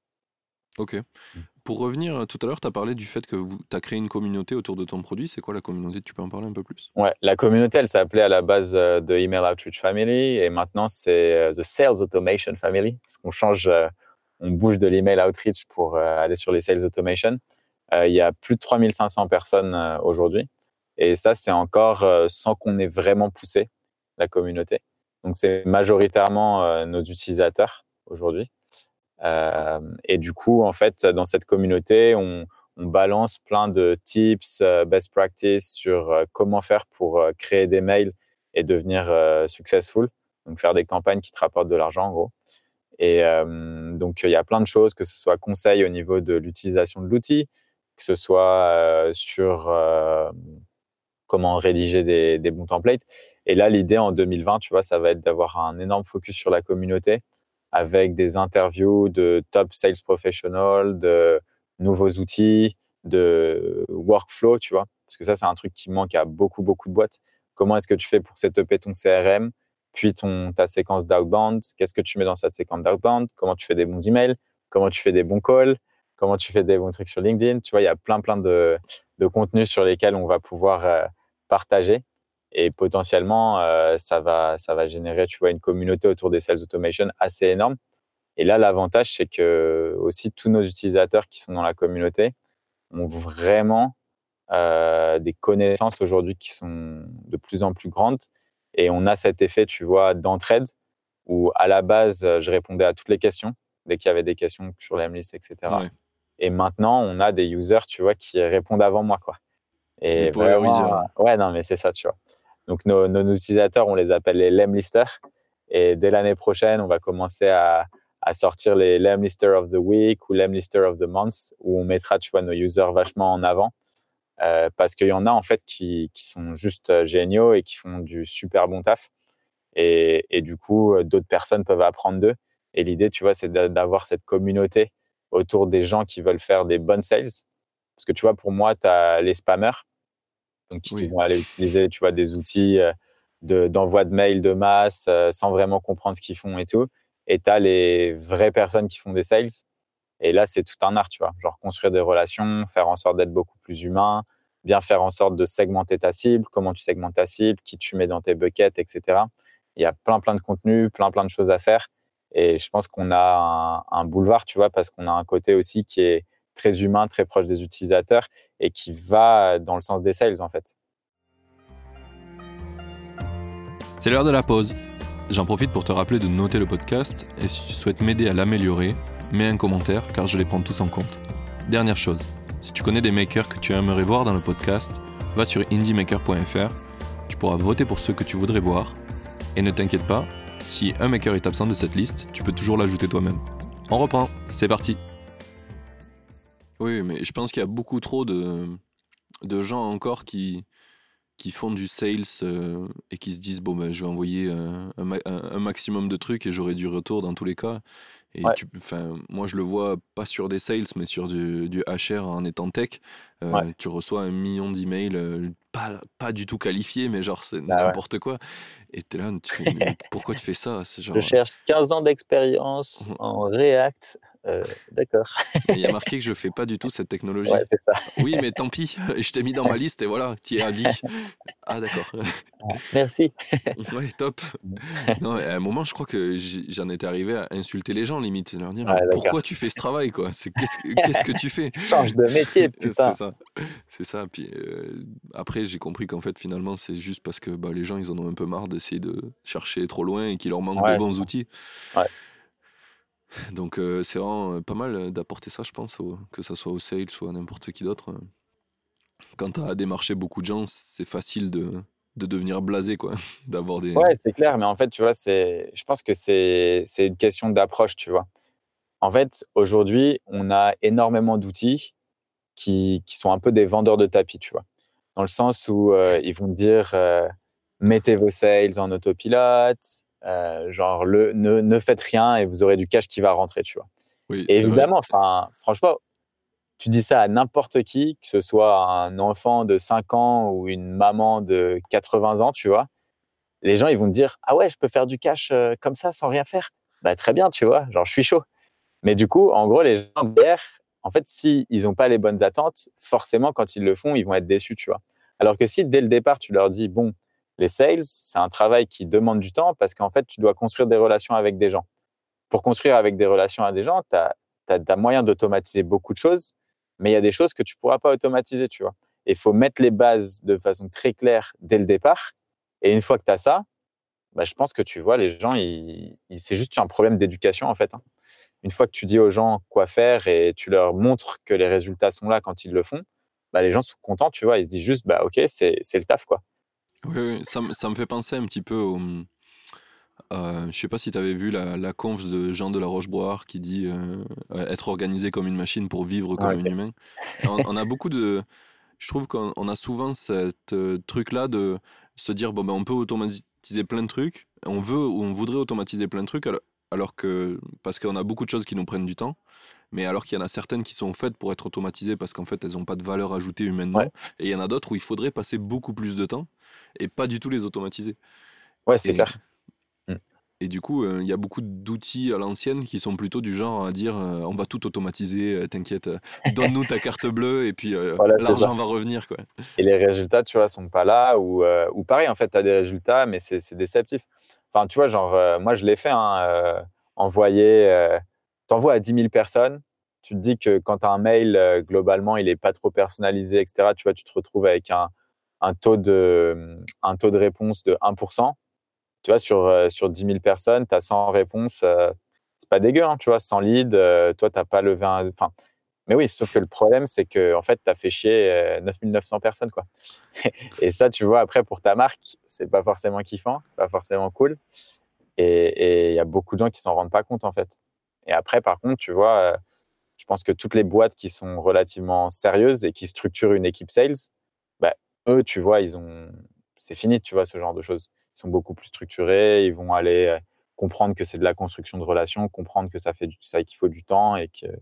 Ok. Pour revenir, euh, tout à l'heure, tu as parlé du fait que tu as créé une communauté autour de ton produit. C'est quoi la communauté? Tu peux en parler un peu plus? Ouais, la communauté, elle s'appelait à la base euh, The Email Outreach Family et maintenant c'est euh, The Sales Automation Family parce qu'on change, euh, on bouge de l'email outreach pour euh, aller sur les sales automation. Euh, il y a plus de trois mille cinq cents personnes euh, aujourd'hui et ça, c'est encore euh, sans qu'on ait vraiment poussé la communauté. Donc, c'est majoritairement euh, nos utilisateurs aujourd'hui. Euh, et du coup, en fait, dans cette communauté, on, on balance plein de tips, euh, best practice sur euh, comment faire pour euh, créer des mails et devenir euh, successful, donc faire des campagnes qui te rapportent de l'argent, en gros. Et euh, donc, il y a plein de choses, que ce soit conseils au niveau de l'utilisation de l'outil, que ce soit euh, sur euh, comment rédiger des, des bons templates. Et là, l'idée en deux mille vingt, tu vois, ça va être d'avoir un énorme focus sur la communauté avec des interviews de top sales professionals, de nouveaux outils, de workflow, tu vois. Parce que ça, c'est un truc qui manque à beaucoup, beaucoup de boîtes. Comment est-ce que tu fais pour setuper ton C R M, puis ton, ta séquence d'outbound? Qu'est-ce que tu mets dans cette séquence d'outbound? Comment tu fais des bons emails? Comment tu fais des bons calls? Comment tu fais des bons trucs sur LinkedIn? Tu vois, il y a plein, plein de, de contenus sur lesquels on va pouvoir euh, partager. Et potentiellement, euh, ça, va, ça va générer, tu vois, une communauté autour des sales automation assez énorme. Et là, l'avantage, c'est que aussi tous nos utilisateurs qui sont dans la communauté ont vraiment euh, des connaissances aujourd'hui qui sont de plus en plus grandes. Et on a cet effet, tu vois, d'entraide où à la base, je répondais à toutes les questions dès qu'il y avait des questions sur la liste, et cetera. Ouais. Et maintenant, on a des users, tu vois, qui répondent avant moi, quoi. Des Et power vraiment, users. euh, ouais, non, mais c'est ça, tu vois. Donc, nos, nos utilisateurs, on les appelle les Lem Listers. Et dès l'année prochaine, on va commencer à, à sortir les Lem Lister of the Week ou Lem Lister of the Month, où on mettra, tu vois, nos users vachement en avant. Euh, parce qu'il y en a, en fait, qui, qui sont juste euh, géniaux et qui font du super bon taf. Et, et du coup, euh, d'autres personnes peuvent apprendre d'eux. Et l'idée, tu vois, c'est d'a- d'avoir cette communauté autour des gens qui veulent faire des bonnes sales. Parce que, tu vois, pour moi, tu as les spammers donc qui Oui. vont aller utiliser, tu vois, des outils euh, de, d'envoi de mails de masse euh, sans vraiment comprendre ce qu'ils font et tout. Et tu as les vraies personnes qui font des sales. Et là, c'est tout un art, tu vois. Genre construire des relations, faire en sorte d'être beaucoup plus humain, bien faire en sorte de segmenter ta cible, comment tu segmentes ta cible, qui tu mets dans tes buckets, et cetera. Il y a plein, plein de contenus, plein, plein de choses à faire. Et je pense qu'on a un, un boulevard, tu vois, parce qu'on a un côté aussi qui est très humain, très proche des utilisateurs et qui va dans le sens des sales, en fait. C'est l'heure de la pause. J'en profite pour te rappeler de noter le podcast et si tu souhaites m'aider à l'améliorer, mets un commentaire car je les prends tous en compte. Dernière chose, si tu connais des makers que tu aimerais voir dans le podcast, va sur indie maker point f r, tu pourras voter pour ceux que tu voudrais voir et ne t'inquiète pas, si un maker est absent de cette liste, tu peux toujours l'ajouter toi-même. On reprend, c'est parti. Oui, mais je pense qu'il y a beaucoup trop de, de gens encore qui, qui font du sales euh, et qui se disent bon ben je vais envoyer euh, un, ma- un- un maximum de trucs et j'aurai du retour dans tous les cas. Et Ouais, tu, enfin, moi, je le vois pas sur des sales, mais sur du, du H R en étant tech. ouais, Euh, tu reçois un million d'emails, euh, pas, pas du tout qualifiés, mais genre, c'est bah ouais. n'importe quoi. Et t'es là, tu fais, mais pourquoi tu fais ça? C'est Je genre, cherche quinze ans d'expérience euh, en React. Heu, d'accord. mais il y a marqué que je fais pas du tout cette Ouais, technologie. c'est ça. Oui, mais tant pis, je t'ai mis dans ma liste et voilà, tu es à vie. Ah, d'accord. Ouais, merci. Ouais, top. Non, à un moment, je crois que j'ai- j'en étais arrivé à insulter les gens, limite. Leur dire, mais Ouais, d'accord. pourquoi tu fais ce travail, quoi? C'est, qu'est-ce que, qu'est-ce que tu fais? Change de métier, C'est putain. ça. C'est ça. Puis euh, après, j'ai compris qu'en fait, finalement, c'est juste parce que bah, les gens, ils en ont un peu marre d'essayer de chercher trop loin et qu'il leur manque de Ouais, c'est bons ça. outils. Ouais, Donc, euh, c'est vraiment euh, pas mal euh, d'apporter ça, je pense, au- que ça soit au sales ou à n'importe qui d'autre. Quand tu as démarché beaucoup de gens, c'est facile de, de devenir blasé, quoi. D'avoir des. ouais, c'est clair, mais en fait, tu vois, c'est je pense que c'est c'est une question d'approche, tu vois? En fait, aujourd'hui, on a énormément d'outils qui qui sont un peu des vendeurs de tapis, tu vois? Dans le sens où, heu, ils vont te dire, heu: «Mettez vos sales en autopilote», heu, genre le «Ne ne faites rien et vous aurez du cash qui va rentrer», tu vois? Oui, Et c'est vrai. évidemment, enfin, franchement, tu dis ça à n'importe qui, que ce soit un enfant de cinq ans ou une maman de quatre-vingts ans, tu vois? Les gens, ils vont te dire: «Ah ouais, je peux faire du cash, heu, comme ça sans rien faire?» Bah, très bien, tu vois? Genre je suis chaud. Mais du coup, en gros, les gens derrière, en fait, si ils ont pas les bonnes attentes, forcément, quand ils le font, ils vont être déçus, tu vois? Alors que si dès le départ, tu leur dis: «Bon, les sales, c'est un travail qui demande du temps parce qu'en fait, tu dois construire des relations avec des gens». Pour construire avec des relations avec des gens, tu as moyen d'automatiser beaucoup de choses, mais il y a des choses que tu pourras pas automatiser, tu vois? Il faut mettre les bases de façon très claire dès le départ et une fois que tu as ça, bah, je pense que tu vois, les gens, ils ils c'est juste un problème d'éducation, en fait, hein. Une fois que tu dis aux gens quoi faire et tu leur montres que les résultats sont là quand ils le font, bah, les gens sont contents, tu vois? Ils se disent juste: «Bah, OK, c'est c'est le taf, quoi». Oui, oui, ça, me- ça me fait penser un petit peu au. Euh, je sais pas si tu avais vu la, la conf de Jean de la Rochebroire qui dit euh, euh, être organisé comme une machine pour vivre Ah comme un OK. humain. Et on, on a beaucoup de. Je trouve qu'on on a souvent cette euh, truc-là de se dire bon ben on peut automatiser plein de trucs, on veut ou on voudrait automatiser plein de trucs alors, alors que parce qu'on a beaucoup de choses qui nous prennent du temps, mais alors qu'il y en a certaines qui sont faites pour être automatisées parce qu'en fait elles n'ont pas de valeur ajoutée Ouais, humainement, et il y en a d'autres où il faudrait passer beaucoup plus de temps et pas du tout les automatiser. ouais, c'est Et clair. Mmh. et du coup, euh, il y a beaucoup d'outils à l'ancienne qui sont plutôt du genre à dire euh, on va tout automatiser, euh, t'inquiète, euh, donne-nous ta carte bleue et puis euh, Voilà, c'est ça. l'argent va revenir, quoi. Et les résultats, tu vois, sont pas là ou, heu, ou pareil, en fait, tu as des résultats, mais c'est c'est déceptif. Enfin, tu vois, genre, heu, moi, je l'ai fait, hein, heu, envoyer, heu, tu envoies à dix mille personnes, tu te dis que quand tu as un mail, heu, globalement, il est pas trop personnalisé et cetera, tu vois, tu te retrouves avec un un taux de, mmh, un taux de réponse de un. Tu vois, sur, heu, sur dix mille personnes, tu as cent réponses, heu, c'est pas dégueu, hein, tu vois? cent leads, heu, toi, tu as pas levé un enfin, mais oui, sauf que le problème, c'est qu'en fait, tu as fait chier, heu, neuf mille neuf cents personnes, quoi. Et ça, tu vois, après, pour ta marque, c'est pas forcément kiffant, c'est pas forcément cool. Et et il y a beaucoup de gens qui s'en rendent pas compte, en fait. Et après, par contre, tu vois, heu, je pense que toutes les boîtes qui sont relativement sérieuses et qui structurent une équipe sales, bah, eux, tu vois, ils ont c'est fini, tu vois, ce genre de choses. Ils sont beaucoup plus structurés, ils vont aller, heu, comprendre que c'est de la construction de relations, comprendre que ça fait du ça qu'il faut du temps et que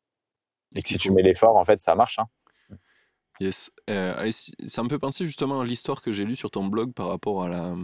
Et et que qu'il si tu faut. mets l'effort, en fait, ça marche, hein. Yes. Euh, allez, si- ça me fait penser justement à l'histoire que j'ai lue sur ton blog par rapport à la,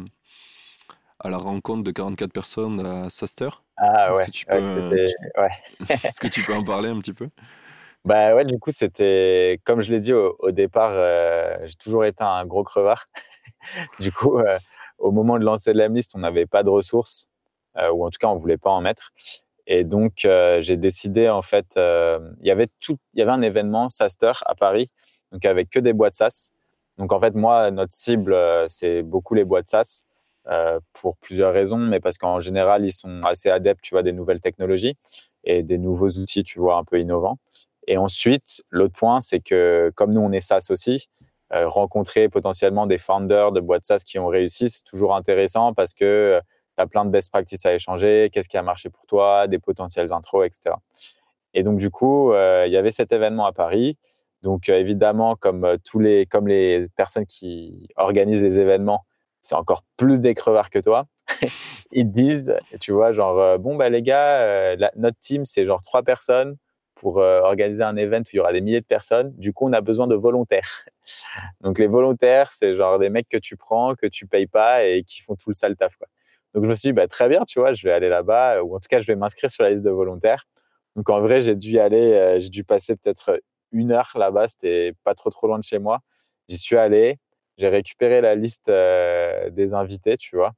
à la rencontre de quarante-quatre personnes à Saster. Ah Est-ce ouais, que tu peux, ouais, que euh, c'était tu- ouais. est-ce que tu peux en parler un petit peu? Bah, ouais, du coup, c'était comme je l'ai dit au au départ, heu, j'ai toujours été un gros crevard. Du coup, heu, au moment de lancer Lemlist, on n'avait pas de ressources, heu, ou en tout cas, on voulait pas en mettre et donc heu, j'ai décidé en fait, hem, il y avait tout il y avait un événement SaaStr à Paris, donc avec que des boîtes SaaS. Donc en fait, moi, notre cible, heu, c'est beaucoup les boîtes SaaS, heu, pour plusieurs raisons, mais parce qu'en général, ils sont assez adeptes, tu vois, des nouvelles technologies et des nouveaux outils, tu vois, un peu innovants. Et ensuite, l'autre point, c'est que comme nous, on est SaaS aussi, euh, rencontrer potentiellement des founders de boîtes SaaS qui ont réussi, c'est toujours intéressant parce que tu as plein de best practices à échanger, qu'est-ce qui a marché pour toi, des potentiels intros, et cetera. Et donc, du coup, euh, il y avait cet événement à Paris. Donc, euh, évidemment, comme, euh, tous les, comme les personnes qui organisent les événements, c'est encore plus des crevards que toi. Ils te disent, tu vois, genre, euh, bon, bah, les gars, euh, la- notre team, c'est genre trois personnes pour euh, organiser un event où il y aura des milliers de personnes. Du coup, on a besoin de volontaires. Donc, les volontaires, c'est genre des mecs que tu prends, que tu payes pas et qui font tout le sale taf, quoi. Donc, je me suis dit, bah, très bien, tu vois, je vais aller là-bas, euh, ou en tout cas, je vais m'inscrire sur la liste de volontaires. Donc, en vrai, j'ai dû y aller, euh, j'ai dû passer peut-être une heure là-bas. C'était pas trop, trop loin de chez moi. J'y suis allé, j'ai récupéré la liste euh, des invités, tu vois.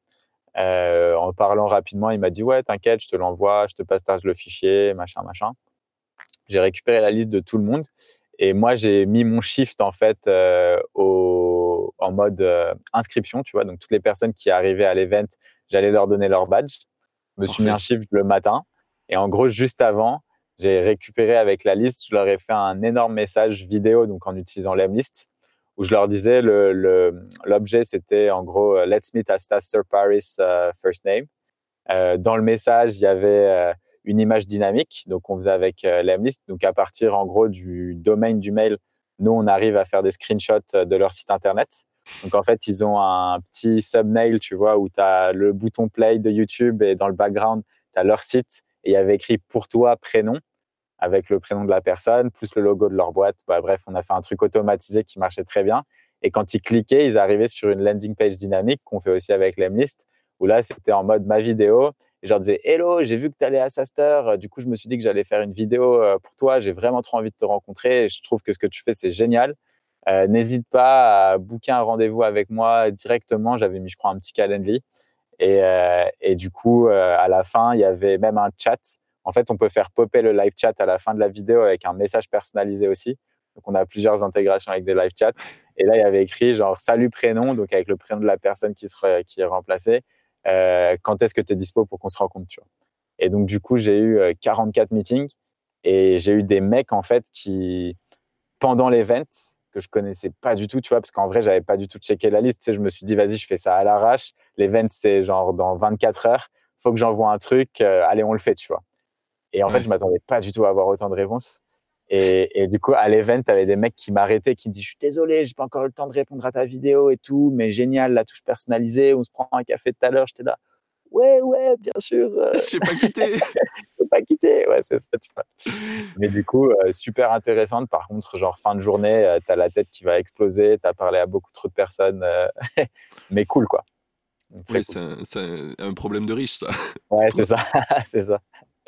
Euh, en parlant rapidement, il m'a dit, ouais, t'inquiète, je te l'envoie, je te partage le fichier, machin, machin. J'ai récupéré la liste de tout le monde. Et moi, j'ai mis mon shift en fait euh, au, en mode euh, inscription, tu vois. Donc, toutes les personnes qui arrivaient à l'event, j'allais leur donner leur badge. Je me suis mis un Parfait. shift le matin. Et en gros, juste avant, j'ai récupéré avec la liste, je leur ai fait un énorme message vidéo, donc en utilisant l'Emlist, où je leur disais, le, le, l'objet, c'était en gros, euh, Let's meet at Staster Paris uh, first name. Euh, dans le message, il y avait euh, une image dynamique, donc on faisait avec euh, l'Emlist. Donc à partir en gros du domaine du mail, nous on arrive à faire des screenshots de leur site internet. Donc en fait, ils ont un petit thumbnail, tu vois, où tu as le bouton play de YouTube et dans le background, tu as leur site et il y avait écrit pour toi prénom avec le prénom de la personne plus le logo de leur boîte. Bah, bref, on a fait un truc automatisé qui marchait très bien. Et quand ils cliquaient, ils arrivaient sur une landing page dynamique qu'on fait aussi avec l'Emlist, où là, c'était en mode ma vidéo. Et je leur disais, hello, j'ai vu que tu allais à Saster. Du coup, je me suis dit que j'allais faire une vidéo euh, pour toi. J'ai vraiment trop envie de te rencontrer. Et je trouve que ce que tu fais, c'est génial. Euh, n'hésite pas à booker un rendez-vous avec moi directement. J'avais mis, je crois, un petit Calendly. Et, euh, et du coup, euh, à la fin, il y avait même un chat. En fait, on peut faire popper le live chat à la fin de la vidéo avec un message personnalisé aussi. Donc, on a plusieurs intégrations avec des live chats. Et là, il y avait écrit genre salut prénom, donc avec le prénom de la personne qui, sera, qui est remplacée. Euh, quand est-ce que tu es dispo pour qu'on se rencontre, tu vois. Et donc, du coup, j'ai eu euh, quarante-quatre meetings et j'ai eu des mecs, en fait, qui, pendant l'event, que je connaissais pas du tout, tu vois, parce qu'en vrai, j'avais pas du tout checké la liste. Tu sais, je me suis dit, vas-y, je fais ça à l'arrache. L'event, c'est genre dans vingt-quatre heures. Faut que j'envoie un truc. Euh, allez, on le fait, tu vois. Et en fait, Ouais. je m'attendais pas du tout à avoir autant de réponses. Et, et du coup, à l'event, tu avais des mecs qui m'arrêtaient, qui me disaient, je suis désolé, j'ai pas encore eu le temps de répondre à ta vidéo et tout, mais génial, la touche personnalisée, on se prend un café tout à l'heure. J'étais là, ouais, ouais, bien sûr. Euh, Je sais pas quitter. faut pas quitter. Ouais, c'est ça, tu vois. Mais du coup, euh, super intéressante. Par contre, genre fin de journée, euh, tu as la tête qui va exploser, tu as parlé à beaucoup trop de personnes, euh, mais cool, quoi. Donc, très Oui, cool. c'est un, c'est un- un problème de riche, ça. Pour Ouais, c'est toi. ça, c'est ça.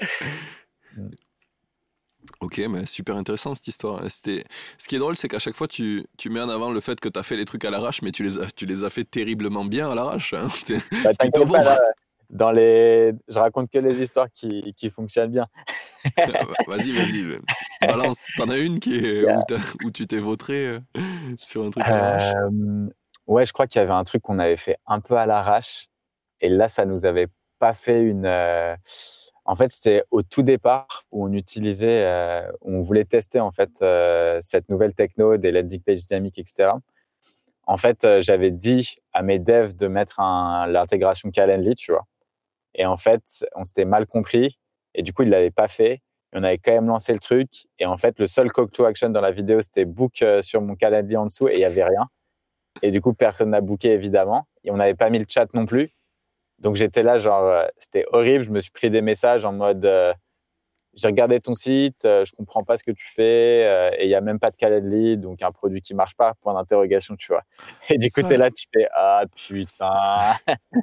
Ok, mais super intéressant cette histoire. C'était... Ce qui est drôle, c'est qu'à chaque fois, tu, tu mets en avant le fait que tu as fait les trucs à l'arrache, mais tu les as, tu les as fait terriblement bien à l'arrache, hein. C'était Bah, plutôt t'inquiète bon. pas, là, dans les... je raconte que les histoires qui, qui fonctionnent bien. Vas-y, vas-y. Balance. T'en as une qui est... où, t'as- où tu t'es vautré euh, sur un truc à l'arrache? Euh, ouais, je crois qu'il y avait un truc qu'on avait fait un peu à l'arrache. Et là, ça nous avait pas fait une. euh, En fait, c'était au tout départ où on utilisait, euh, où on voulait tester en fait euh, cette nouvelle techno des landing page dynamiques, et cetera. En fait, euh, j'avais dit à mes devs de mettre un- l'intégration Calendly, tu vois. Et en fait, on s'était mal compris. Et du coup, ils l'avaient pas fait. Et on avait quand même lancé le truc. Et en fait, le seul call to action dans la vidéo, c'était book euh, sur mon Calendly en dessous et il y avait rien. Et du coup, personne n'a booké évidemment. Et on n'avait pas mis le chat non plus. Donc j'étais là, genre, euh, c'était horrible. Je me suis pris des messages en mode, euh, j'ai regardé ton site, euh, je comprends pas ce que tu fais, euh, et il y a même pas de Calendly, donc un produit qui marche pas. Point d'interrogation, tu vois. Et du coup, Ça, t'es là, tu fais, ah putain.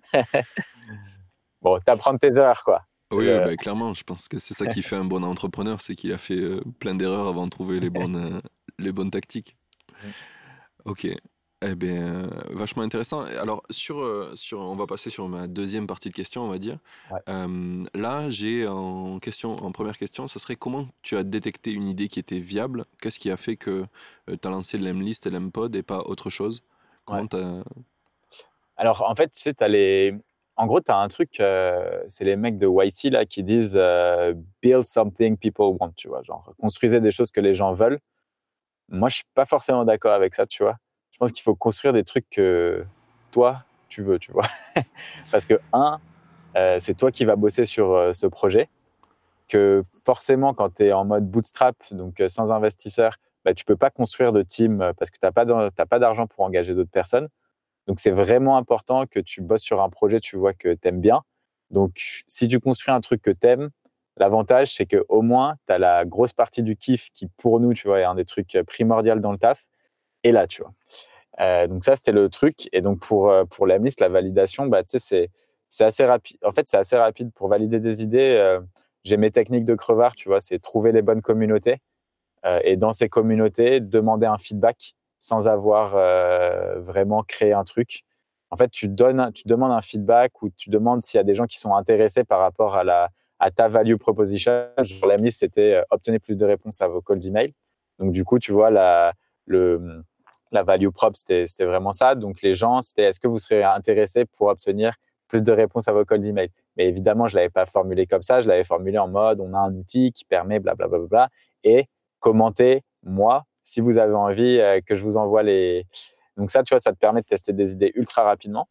Bon, t'apprends de tes erreurs, quoi. C'est oui, oui, le... bah, clairement, je pense que c'est ça qui fait un bon entrepreneur, c'est qu'il a fait euh, plein d'erreurs avant de trouver les bonnes, euh, les bonnes tactiques. Ok. Eh bien, euh, vachement intéressant. Et alors, sur, euh, sur, on va passer sur ma deuxième partie de question, on va dire. Ouais. Euh, là, j'ai en question, en première question, ça serait comment tu as détecté une idée qui était viable? Qu'est-ce qui a fait que tu as lancé l'Emlist et l'Empod et pas autre chose? Ouais. Comment t'as... Alors, en fait, tu sais, t'as les... En gros, tu as un truc, euh, c'est les mecs de Y C là, qui disent euh, build something people want, tu vois, genre construisez des choses que les gens veulent. Moi, je suis pas forcément d'accord avec ça, tu vois. Je pense qu'il faut construire des trucs que toi, tu veux, tu vois. Parce que, un, euh, c'est toi qui vas bosser sur euh, ce projet, que forcément, quand tu es en mode bootstrap, donc euh, sans investisseur, bah, tu peux pas construire de team euh, parce que tu n'as pas d'argent pour engager d'autres personnes. Donc, c'est vraiment important que tu bosses sur un projet, tu vois, que tu aimes bien. Donc, si tu construis un truc que tu aimes, l'avantage, c'est qu'au moins, tu as la grosse partie du kiff qui, pour nous, tu vois, est un des trucs primordiaux dans le taf. Et là, tu vois. Euh, donc, ça, c'était le truc. Et donc, pour, euh, pour l'Emlist, la validation, bah, tu sais, c'est, c'est assez rapide. En fait, c'est assez rapide pour valider des idées. Euh, j'ai mes techniques de crevard, tu vois, c'est trouver les bonnes communautés. Euh, et dans ces communautés, demander un feedback sans avoir euh, vraiment créé un truc. En fait, tu, donnes, tu demandes un feedback ou tu demandes s'il y a des gens qui sont intéressés par rapport à, la, à ta value proposition. Genre, la liste, c'était euh, obtenez plus de réponses à vos calls d'email. Donc, du coup, tu vois, la, le, la value prop, c'était, c'était vraiment ça. Donc, les gens, c'était est-ce que vous serez intéressés pour obtenir plus de réponses à vos calls d'email? Mais évidemment, je ne l'avais pas formulé comme ça. Je l'avais formulé en mode on a un outil qui permet blablabla. Bla, bla, bla, et commentez, moi, si vous avez envie euh, que je vous envoie les… Donc ça, tu vois, ça te permet de tester des idées ultra rapidement.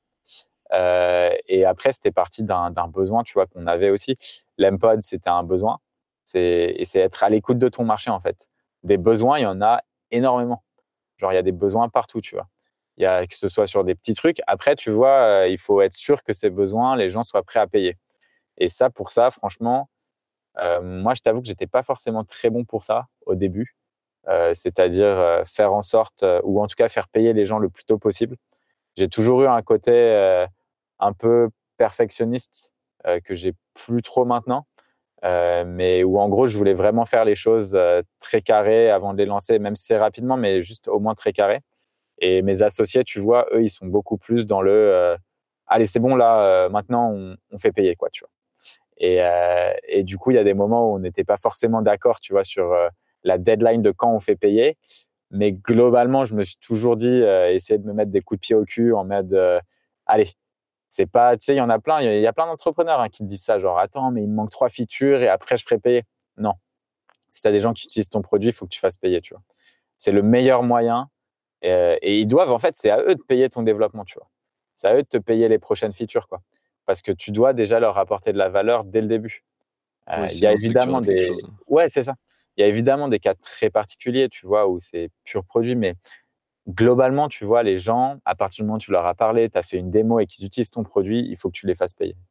Euh, et après, c'était parti d'un, d'un besoin, tu vois, qu'on avait aussi. L'Empod, c'était un besoin. C'est, et c'est être à l'écoute de ton marché, en fait. Des besoins, il y en a énormément. Genre, il y a des besoins partout, tu vois. Il y a, que ce soit sur des petits trucs. Après, tu vois, euh, il faut être sûr que ces besoins, les gens soient prêts à payer. Et ça, pour ça, franchement, euh, moi, je t'avoue que j'étais pas forcément très bon pour ça au début. Euh, c'est-à-dire euh, faire en sorte, euh, ou en tout cas faire payer les gens le plus tôt possible. J'ai toujours eu un côté euh, un peu perfectionniste euh, que j'ai plus trop maintenant, euh, mais où en gros je voulais vraiment faire les choses euh, très carrées avant de les lancer, même si c'est rapidement, mais juste au moins très carré. Et mes associés, tu vois, eux, ils sont beaucoup plus dans le euh, allez, c'est bon là, euh, maintenant on, on fait payer, quoi, tu vois. Et, euh, et du coup, il y a des moments où on n'était pas forcément d'accord, tu vois, sur euh, la deadline de quand on fait payer. Mais globalement, je me suis toujours dit, euh, essayer de me mettre des coups de pied au cul en mode, euh, allez, c'est pas, tu sais, il y en a plein, il y, y a plein d'entrepreneurs hein, qui te disent ça, genre, attends, mais il me manque trois features et après, je ferai payer. Non. Si tu as des gens qui utilisent ton produit, il faut que tu fasses payer, tu vois. C'est le meilleur moyen. Et, euh, et ils doivent, en fait, c'est à eux de payer ton développement, tu vois. C'est à eux de te payer les prochaines features, quoi. Parce que tu dois déjà leur apporter de la valeur dès le début. Euh, Oui, il y a sinon c'est que tu évidemment rates quelque des… chose. Ouais, c'est ça. Il y a évidemment des cas très particuliers, tu vois, où c'est pur produit, mais globalement, tu vois, les gens, à partir du moment où tu leur as parlé, tu as fait une démo et qu'ils utilisent ton produit, il faut que tu les fasses payer.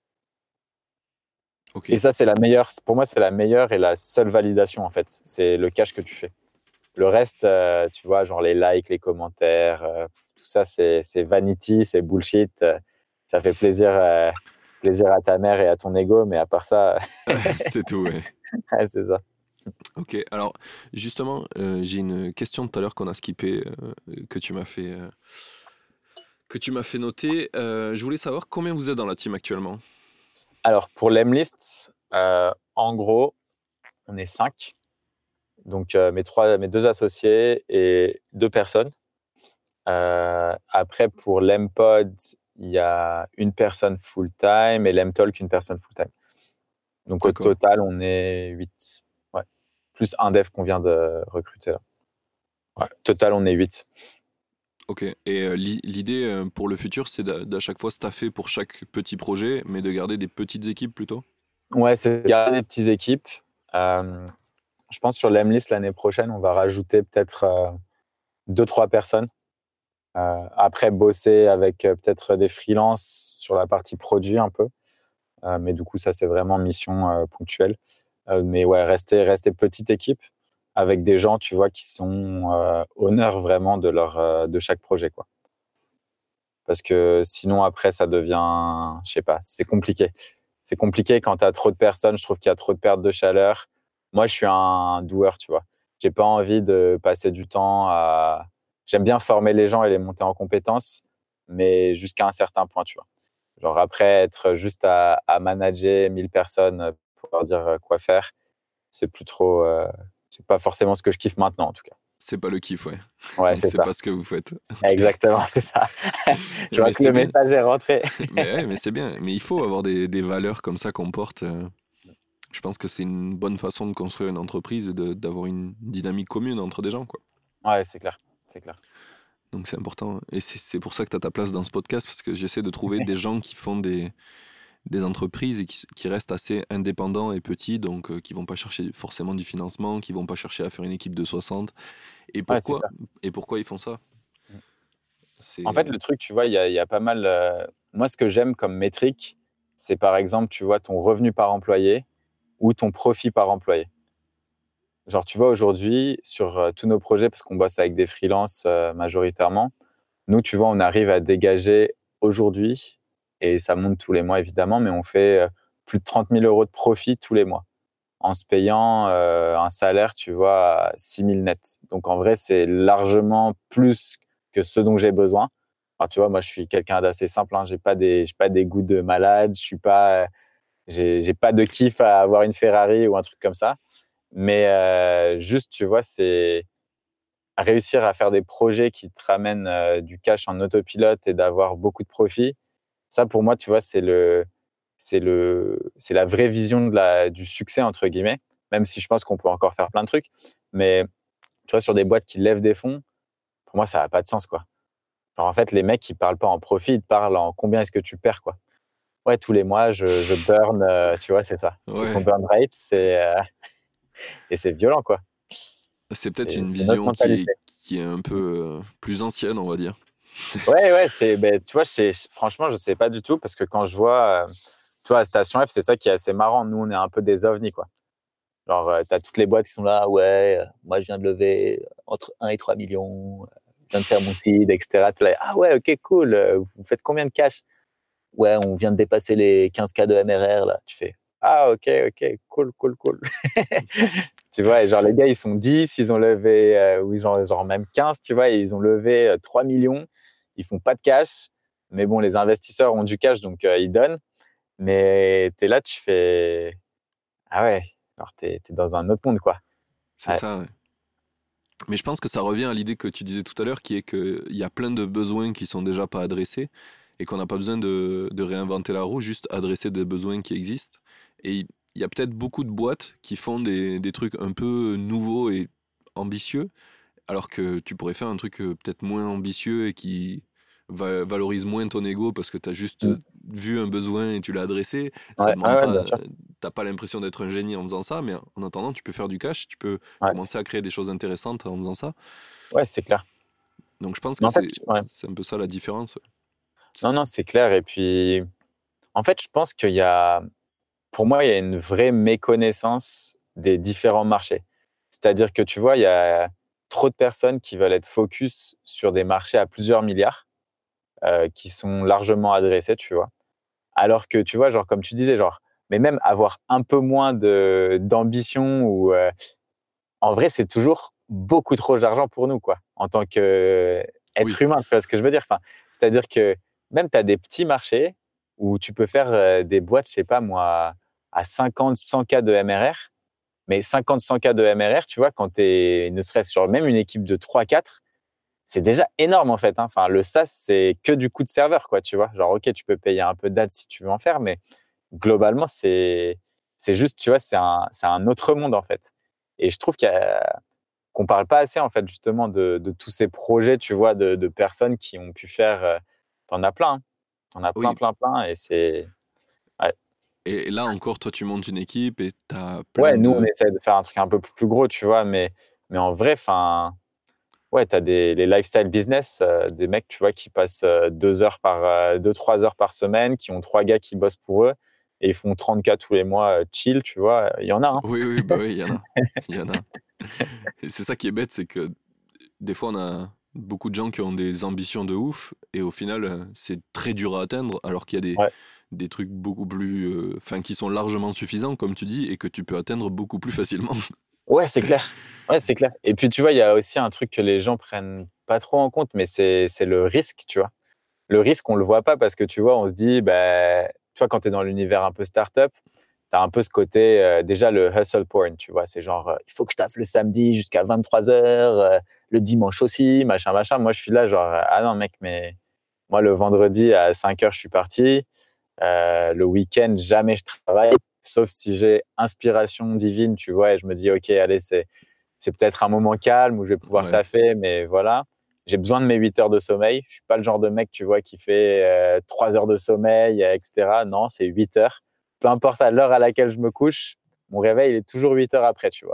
Ok. Et ça, c'est la meilleure, pour moi, c'est la meilleure et la seule validation, en fait. C'est le cash que tu fais. Le reste, euh, tu vois, genre les likes, les commentaires, euh, tout ça, c'est, c'est vanity, c'est bullshit. Euh, ça fait plaisir, euh, plaisir à ta mère et à ton ego, mais à part ça, C'est tout, ouais. ouais, c'est ça. Ok, alors justement, euh, j'ai une question tout à l'heure qu'on a skippée, euh, que tu m'as fait, euh, que tu m'as fait noter. Euh, je voulais savoir combien vous êtes dans la team actuellement. Alors, pour l'Emlist, euh, en gros, on est cinq. Donc, euh, mes, trois, mes deux associés et deux personnes. Euh, après, pour l'Empod, il y a une personne full-time et l'Emtalk, une personne full-time. Donc, au D'accord. total, on est huit. Ouais. Plus un dev qu'on vient de recruter là. Ouais. Total, on est huit. Ok, et euh, l'i- l'idée euh, pour le futur, c'est d'a d'à chaque fois staffer pour chaque petit projet, mais de garder des petites équipes plutôt? Ouais, c'est garder des petites équipes. Euh, je pense sur l'Emlist, l'année prochaine, on va rajouter peut-être euh, deux, trois personnes. Euh, après, bosser avec euh, peut-être des freelances sur la partie produit un peu. Euh, mais du coup, ça, c'est vraiment mission euh, ponctuelle. Euh, mais ouais, rester, rester petite équipe avec des gens, tu vois, qui sont euh, honneurs vraiment de, leur, euh, de chaque projet, quoi. Parce que sinon, après, ça devient, je sais pas, c'est compliqué. C'est compliqué quand tu as trop de personnes. Je trouve qu'il y a trop de perte de chaleur. Moi, je suis un doueur, tu vois. J'ai pas envie de passer du temps à… J'aime bien former les gens et les monter en compétences, mais jusqu'à un certain point, tu vois. Genre après, être juste à, à manager mille personnes pour leur dire quoi faire, c'est plus trop… euh, c'est pas forcément ce que je kiffe maintenant, en tout cas. C'est pas le kiff, ouais. Ouais, Donc c'est c'est ça. pas ce que vous faites. Ok. Exactement, c'est ça. Je vois Mais que c'est le bien. message est rentré. Mais, ouais, mais c'est bien. Mais il faut avoir des, des valeurs comme ça qu'on porte. euh. Je pense que c'est une bonne façon de construire une entreprise et de- d'avoir une dynamique commune entre des gens, quoi. Ouais, c'est clair, c'est clair. Donc c'est important. Et c'est c'est pour ça que tu as ta place dans ce podcast, parce que j'essaie de trouver des gens qui font des, des entreprises et qui, s- qui restent assez indépendants et petits, donc euh, qui vont pas chercher forcément du financement, qui vont pas chercher à faire une équipe de soixante. Et Ouais, c'est pourquoi, clair. et pourquoi ils font ça? C'est... En fait, le truc, tu vois, il y a, il y a pas mal. euh, Moi, ce que j'aime comme métrique, c'est par exemple, tu vois, ton revenu par employé ou ton profit par employé. Genre, tu vois, aujourd'hui, sur euh, tous nos projets, parce qu'on bosse avec des freelances euh, majoritairement, nous, tu vois, on arrive à dégager aujourd'hui, et ça monte tous les mois évidemment, mais on fait euh, plus de trente mille euros de profit tous les mois en se payant euh, un salaire, tu vois, à six mille net. Donc en vrai, c'est largement plus que ce dont j'ai besoin. Alors, tu vois, moi, je suis quelqu'un d'assez simple. Hein. J'ai pas des, j'ai pas des goûts de malade. Je suis pas, euh, j'ai, j'ai pas de kiff à avoir une Ferrari ou un truc comme ça. Mais euh, juste, tu vois, c'est réussir à faire des projets qui te ramènent euh, du cash en autopilote et d'avoir beaucoup de profit. Ça, pour moi, tu vois, c'est le, c'est le, c'est la vraie vision de la, du succès, entre guillemets, même si je pense qu'on peut encore faire plein de trucs. Mais tu vois, sur des boîtes qui lèvent des fonds, pour moi, ça n'a pas de sens, quoi. Genre, en fait, les mecs, ils parlent pas en profit, ils te parlent en combien est-ce que tu perds, quoi. Ouais, tous les mois, je, je burn, euh, tu vois, c'est ça. C'est ton Ouais, burn rate, c'est, euh, et c'est violent, quoi. c'est peut-être C'est, une c'est notre vision qui est, mentalité. qui est un peu euh, plus ancienne, on va dire. Ouais, ouais, c'est, ben, tu vois, c'est, franchement, je sais pas du tout, parce que quand je vois, euh, tu vois, à Station F, c'est ça qui est assez marrant. Nous, on est un peu des ovnis, quoi. Genre, euh, tu as toutes les boîtes qui sont là, ouais, euh, moi je viens de lever entre un et trois millions, euh, je viens de faire mon seed, et cetera. T'es là, ah ouais, ok, cool, euh, vous faites combien de cash? Ouais, on vient de dépasser les quinze K de M R R, là. Tu fais, ah ok, ok, cool, cool, cool. Tu vois, et genre les gars, ils sont dix, ils ont levé, euh, oui, genre, genre même quinze, tu vois, et ils ont levé euh, trois millions, ils font pas de cash, mais bon, les investisseurs ont du cash, donc euh, ils donnent. Mais tu es là, tu fais, ah ouais, alors tu es dans un autre monde, quoi. C'est Ouais. ça, ouais. Mais je pense que ça revient à l'idée que tu disais tout à l'heure, qui est qu'il y a plein de besoins qui sont déjà pas adressés et qu'on n'a pas besoin de, de réinventer la roue, juste adresser des besoins qui existent. Et il y a peut-être beaucoup de boîtes qui font des, des trucs un peu nouveaux et ambitieux, alors que tu pourrais faire un truc euh, peut-être moins ambitieux et qui va- valorise moins ton ego parce que tu as juste Mm. euh, vu un besoin et tu l'as adressé. Ça Ouais, ouais, demande ouais, pas, bien euh, sûr. t'as pas l'impression d'être un génie en faisant ça, mais en attendant, tu peux faire du cash, tu peux Ouais, commencer à créer des choses intéressantes en faisant ça. ouais, c'est clair. Donc je pense Mais que en fait, c'est ouais. c'est un peu ça la différence. Non, non, c'est clair. Et puis, en fait, je pense qu'il y a, pour moi, il y a une vraie méconnaissance des différents marchés. C'est-à-dire que tu vois, il y a trop de personnes qui veulent être focus sur des marchés à plusieurs milliards, euh, qui sont largement adressés, tu vois. Alors que, tu vois, genre, comme tu disais, genre, mais même avoir un peu moins de, d'ambition ou, euh, en vrai, c'est toujours beaucoup trop d'argent pour nous, quoi, en tant qu'être Oui, humain, tu vois ce que je veux dire? Enfin, c'est-à-dire que même tu as des petits marchés où tu peux faire euh, des boîtes, je sais pas moi, à cinquante, cent K de M R R, mais cinquante, cent K de M R R, tu vois, quand tu es ne serait-ce sur même une équipe de trois, quatre, c'est déjà énorme en fait. Hein. Enfin, le SaaS, c'est que du coût de serveur, quoi, tu vois. Genre, ok, tu peux payer un peu d'ads si tu veux en faire, mais globalement, c'est c'est juste, tu vois, c'est un, c'est un autre monde en fait. Et je trouve qu'il y a qu'on parle pas assez en fait justement de, de tous ces projets, tu vois, de, de personnes qui ont pu faire. Euh, t'en as plein, hein. T'en as plein, oui. plein, plein, et c'est ouais. Et, et là encore, toi, tu montes une équipe et tu as plein Ouais, nous on de... essaie de faire un truc un peu plus gros, tu vois, mais mais en vrai, enfin, ouais, t'as des les lifestyle business, euh, des mecs, tu vois, qui passent euh, deux heures par euh, deux, trois heures par semaine, qui ont trois gars qui bossent pour eux et ils font trente K tous les mois, euh, chill, tu vois. Il y en a, hein. Oui, oui, bah oui, il y en a. Il y en a. Et c'est ça qui est bête, c'est que des fois, on a beaucoup de gens qui ont des ambitions de ouf et au final, euh, c'est très dur à atteindre alors qu'il y a des, Ouais. des trucs beaucoup plus... euh, Enfin, qui sont largement suffisants, comme tu dis, et que tu peux atteindre beaucoup plus facilement. Ouais, c'est clair. Ouais, c'est clair. Et puis, tu vois, il y a aussi un truc que les gens prennent pas trop en compte, mais c'est c'est le risque, tu vois. Le risque, on le voit pas parce que, tu vois, on se dit, bah, tu vois, quand tu es dans l'univers un peu startup, tu as un peu ce côté, euh, déjà le hustle porn, tu vois. C'est genre, euh, il faut que je taffe le samedi jusqu'à vingt-trois heures, euh, le dimanche aussi, machin, machin. Moi, je suis là, genre, euh, ah non, mec, mais moi, le vendredi à cinq heures, je suis parti. Euh, le week-end, jamais je travaille, sauf si j'ai inspiration divine, tu vois, et je me dis, OK, allez, c'est, c'est peut-être un moment calme où je vais pouvoir Ouais. taffer, mais voilà. J'ai besoin de mes huit heures de sommeil. Je suis pas le genre de mec, tu vois, qui fait euh, trois heures de sommeil, euh, et cetera. Non, c'est huit heures. Peu importe à l'heure à laquelle je me couche, mon réveil, il est toujours huit heures après, tu vois.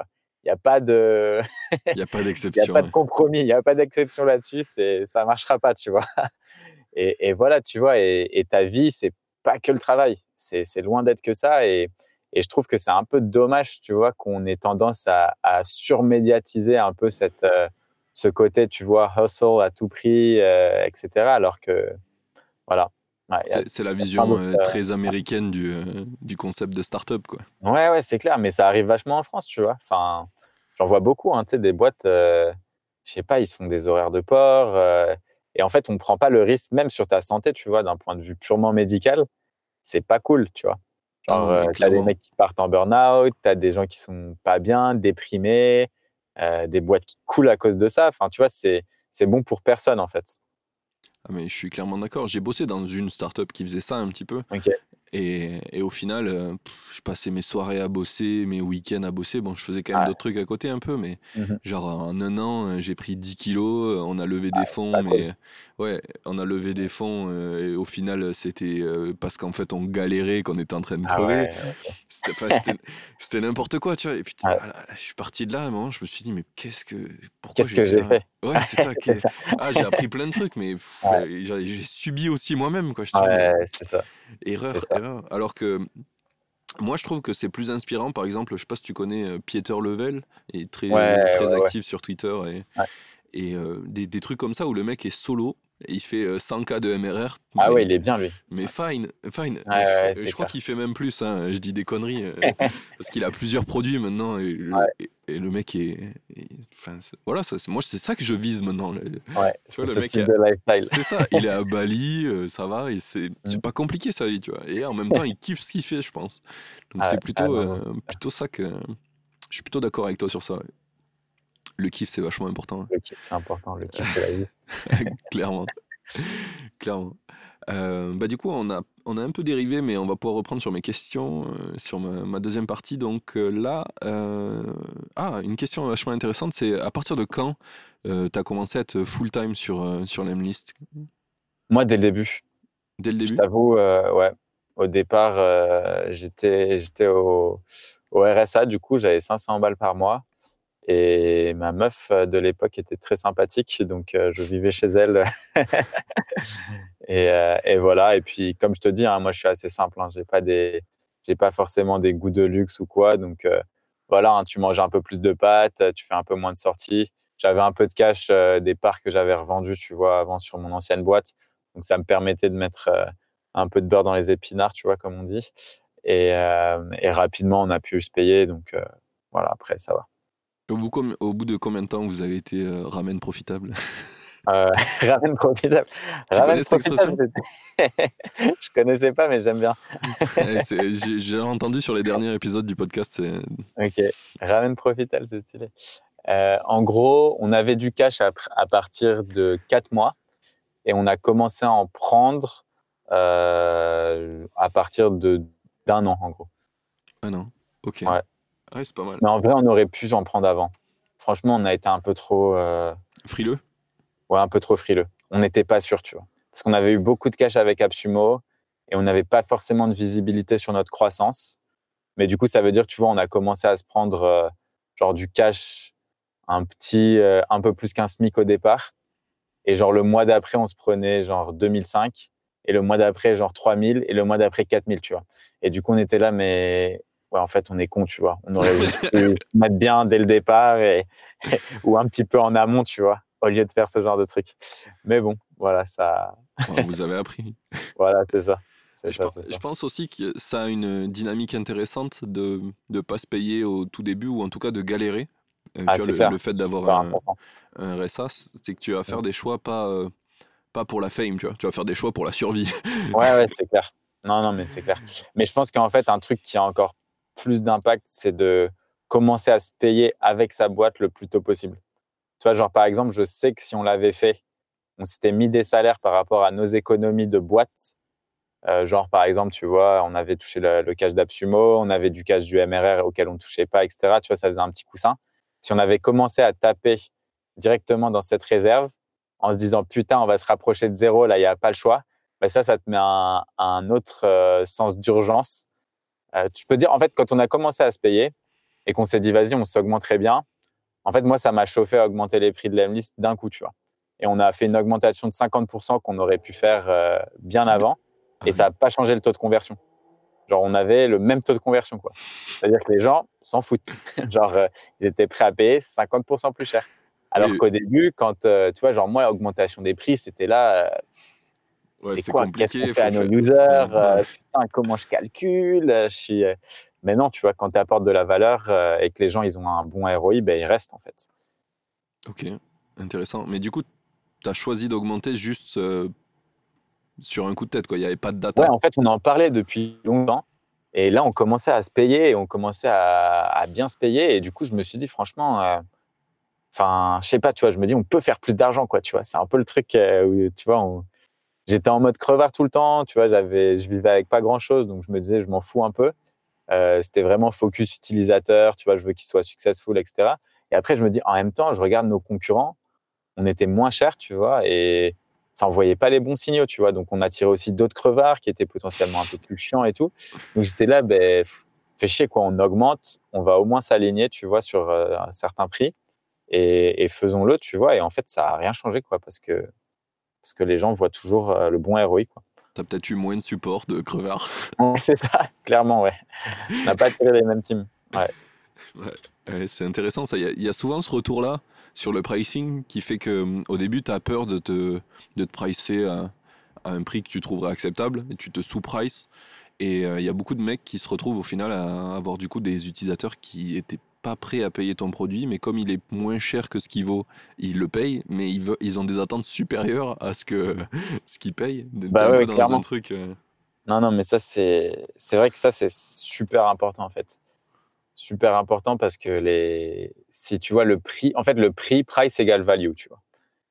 il n'y a pas de, Il n'y a pas il n'y a d'exception. pas de Ouais. compromis, il n'y a pas d'exception là-dessus, c'est, ça ne marchera pas, tu vois. Et, et voilà, tu vois, et, et ta vie, c'est pas que le travail, c'est, c'est loin d'être que ça. Et, et je trouve que c'est un peu dommage, tu vois, qu'on ait tendance à, à surmédiatiser un peu cette, euh, ce côté, tu vois, hustle à tout prix, euh, et cetera. Alors que, voilà, ouais, il y a, C'est, c'est la il y a plein vision d'autres. euh, euh, très américaine du, euh, du concept de start-up, quoi. Ouais, ouais, c'est clair, mais ça arrive vachement en France, tu vois. Enfin, j'en vois beaucoup, hein, tu sais, des boîtes, euh, je sais pas, ils se font des horaires de port. Euh, et en fait, on ne prend pas le risque, même sur ta santé, tu vois, d'un point de vue purement médical, c'est pas cool, tu vois. Ah Genre, non, euh, mais t'as des clairement. mecs qui partent en burn-out, t'as des gens qui sont pas bien, déprimés, euh, des boîtes qui coulent à cause de ça. Enfin, tu vois, c'est, c'est bon pour personne, en fait. Ah, mais je suis clairement d'accord. J'ai bossé dans une start-up qui faisait ça un petit peu. Ok. Et, et au final, euh, pff, je passais mes soirées à bosser, mes week-ends à bosser. Bon, je faisais quand même Ouais. d'autres trucs à côté un peu, mais Mhm. genre en un an, euh, j'ai pris dix kilos, euh, on a levé des fonds, Pas cool. mais ouais, on a levé des fonds euh, et au final, c'était euh, parce qu'en fait, on galérait, qu'on était en train de Ah crever. ouais. C'était enfin, c'était, c'était n'importe quoi, tu vois. Et puis, Ouais. ah là, je suis parti de là, à un moment, je me suis dit, mais qu'est-ce que, pourquoi Qu'est-ce que j'étais j'ai là? fait? Ouais, c'est ça. C'est Qui ça. Ah, j'ai appris plein de trucs, mais pff, Ouais. j'ai, j'ai subi aussi moi-même, quoi. Je suis là, mais Ouais, c'est ça. C'est erreur, ça. erreur. Alors que moi, je trouve que c'est plus inspirant. Par exemple, je sais pas si tu connais euh, Pieter Level, il est Ouais, très, très ouais, ouais. actif sur Twitter et, Ouais. et euh, des, des trucs comme ça où le mec est solo et il fait euh, cent K de M R R, Ah ouais, mais, il est bien, lui. mais fine, fine. Ouais, Mais ouais, je, c'est je crois clair. qu'il fait même plus, hein, je dis des conneries, euh, parce qu'il a plusieurs produits maintenant et le, Ouais, et, et le mec est. est- enfin, c'est- voilà, ça, c'est- moi, c'est ça que je vise maintenant. le- ouais, Tu vois, c'est le ce mec, type de lifestyle. c'est ça, il est à Bali, euh, ça va, et c'est Mm. c'est pas compliqué sa vie, tu vois. Et en même temps, il kiffe ce qu'il fait, je pense. Donc Ah c'est ouais, ah plutôt, non, non, euh, plutôt ça que. Je suis plutôt d'accord avec toi sur ça. Ouais. Le kiff, c'est vachement important, le kiff, c'est important. Le kiff, c'est la vie. hein. Clairement, clairement. Euh, bah du coup, on a, on a un peu dérivé, mais on va pouvoir reprendre sur mes questions, euh, sur ma, ma deuxième partie. Donc euh, là, euh, ah, une question vachement intéressante, c'est à partir de quand euh, tu as commencé à être full-time sur, euh, sur l'Emlist? Moi, dès le début, Dès le je début? t'avoue, euh, ouais, au départ, euh, j'étais, j'étais au, au R S A, du coup, j'avais cinq cents balles par mois. Et ma meuf euh, de l'époque était très sympathique, donc euh, je vivais chez elle. Et, euh, et voilà. Et puis, comme je te dis, hein, moi, je suis assez simple. Hein, j'ai pas des, j'ai pas forcément des goûts de luxe ou quoi. Donc euh, voilà, hein, tu manges un peu plus de pâtes, tu fais un peu moins de sorties. J'avais un peu de cash euh, des parts que j'avais revendues, tu vois, avant sur mon ancienne boîte. Donc ça me permettait de mettre euh, un peu de beurre dans les épinards, tu vois, comme on dit. Et, euh, et rapidement, on a pu se payer. Donc euh, voilà, après, ça va. Au bout, com- au bout de combien de temps vous avez été euh, ramen profitable? Euh, ramen profitable. Tu Ramen connais cette profitable, expression? c'était- je connaissais pas, mais j'aime bien. Eh, c'est- J'ai j'ai entendu sur les derniers épisodes du podcast. c'est- Ok. Ramen profitable, c'est stylé. Euh, en gros, on avait du cash à, à partir de quatre mois et on a commencé à en prendre euh, à partir de d'un an, en gros. Ah non, ok. Ouais. Ouais, c'est pas mal. Mais en vrai, on aurait pu en prendre avant. Franchement, on a été un peu trop, euh, Frileux? ouais, un peu trop frileux. On n'était pas sûr, tu vois. Parce qu'on avait eu beaucoup de cash avec AppSumo et on n'avait pas forcément de visibilité sur notre croissance. Mais du coup, ça veut dire, tu vois, on a commencé à se prendre euh, genre du cash un petit, euh, un peu plus qu'un SMIC au départ. Et genre le mois d'après, on se prenait genre deux mille cinq. Et le mois d'après, genre trois mille. Et le mois d'après, quatre mille, tu vois. Et du coup, on était là, mais ouais, en fait, on est con, tu vois. On aurait juste pu se mettre bien dès le départ et... ou un petit peu en amont, tu vois, au lieu de faire ce genre de truc. Mais bon, voilà, ça, Ouais, vous avez appris. voilà, c'est ça. C'est Je, ça, pen- c'est je ça. pense aussi que ça a une dynamique intéressante de ne pas se payer au tout début ou en tout cas de galérer. Euh, Ah, tu vois, c'est le, le clair. fait d'avoir Super un, important. un R S A, c'est que tu vas Mm. faire des choix pas, euh, pas pour la fame, tu vois. Tu vas faire des choix pour la survie. Ouais, ouais, c'est clair. Non, non, mais c'est clair. Mais je pense qu'en fait, un truc qui a encore plus d'impact, c'est de commencer à se payer avec sa boîte le plus tôt possible. Tu vois, genre, par exemple, je sais que si on l'avait fait, on s'était mis des salaires par rapport à nos économies de boîte. Euh, genre, par exemple, tu vois, on avait touché le, le cash d'Absumo, on avait du cash du M R R auquel on ne touchait pas, et cetera. Tu vois, ça faisait un petit coussin. Si on avait commencé à taper directement dans cette réserve en se disant, putain, on va se rapprocher de zéro, là, il n'y a pas le choix, ben ça, ça te met un, un autre euh, sens d'urgence. Euh, tu peux dire, en fait, quand on a commencé à se payer, et qu'on s'est dit, vas-y, on s'augmenterait bien. En fait, moi, ça m'a chauffé à augmenter les prix de l'Emlist d'un coup, tu vois. Et on a fait une augmentation de cinquante pour cent qu'on aurait pu faire euh, bien avant. Ah Et oui. ça n'a pas changé le taux de conversion. Genre, on avait le même taux de conversion, quoi. C'est-à-dire que les gens s'en foutent. Genre, euh, ils étaient prêts à payer cinquante pour cent plus cher. Alors Oui, qu'au début, quand, euh, tu vois, genre, moi, augmentation des prix, c'était là, euh, ouais, c'est c'est quoi? Qu'est-ce qu'on compliqué. fait Faut à nos faire. users? Ouais, ouais. Euh, Putain, comment je calcule? Euh, Je suis... euh, Mais non, tu vois, quand tu apportes de la valeur euh, et que les gens, ils ont un bon R O I, ben, ils restent, en fait. Ok, intéressant. Mais du coup, tu as choisi d'augmenter juste euh, sur un coup de tête, quoi. Il n'y avait pas de Ouais, data. en fait, on en parlait depuis longtemps. Et là, on commençait à se payer et on commençait à, à bien se payer. Et du coup, je me suis dit, franchement, euh, enfin, je sais pas, tu vois, je me dis, on peut faire plus d'argent, quoi, tu vois. C'est un peu le truc euh, où, tu vois, on- j'étais en mode crevard tout le temps, tu vois, j'avais, je vivais avec pas grand-chose, donc je me disais, je m'en fous un peu. Euh, c'était vraiment focus utilisateur, tu vois, je veux qu'il soit successful, et cetera. Et après, je me dis, en même temps, je regarde nos concurrents, on était moins cher, tu vois, et ça envoyait pas les bons signaux, tu vois. Donc, on attirait aussi d'autres crevards qui étaient potentiellement un peu plus chiants et tout. Donc, j'étais là, ben, pff, fait chier, quoi, on augmente, on va au moins s'aligner, tu vois, sur euh, un certain prix et, et faisons-le, tu vois. Et en fait, ça a rien changé, quoi, parce que, parce que les gens voient toujours euh, le bon R O I, quoi. Tu as peut-être eu moins de support de crevards. Ouais, c'est ça, clairement, ouais. On n'a pas tiré les mêmes teams. Ouais. Ouais, ouais, c'est intéressant ça. Il y, a- il y a souvent ce retour-là sur le pricing qui fait que hum, au début, tu as peur de te, de te pricer à, à un prix que tu trouverais acceptable et tu te sous-prices. Et euh, il y a beaucoup de mecs qui se retrouvent au final à avoir du coup des utilisateurs qui étaient pas prêts à payer ton produit, mais comme il est moins cher que ce qu'il vaut, ils le payent, mais ils, veulent- ils ont des attentes supérieures à ce que ce qu'ils payent. T'es Bah un ouais, peu ouais, dans un clairement. truc. euh, Non, non, mais ça, c'est, c'est vrai que ça, c'est super important, en fait. Super important parce que les, si tu vois le prix, en fait, le prix, price égale value, tu vois.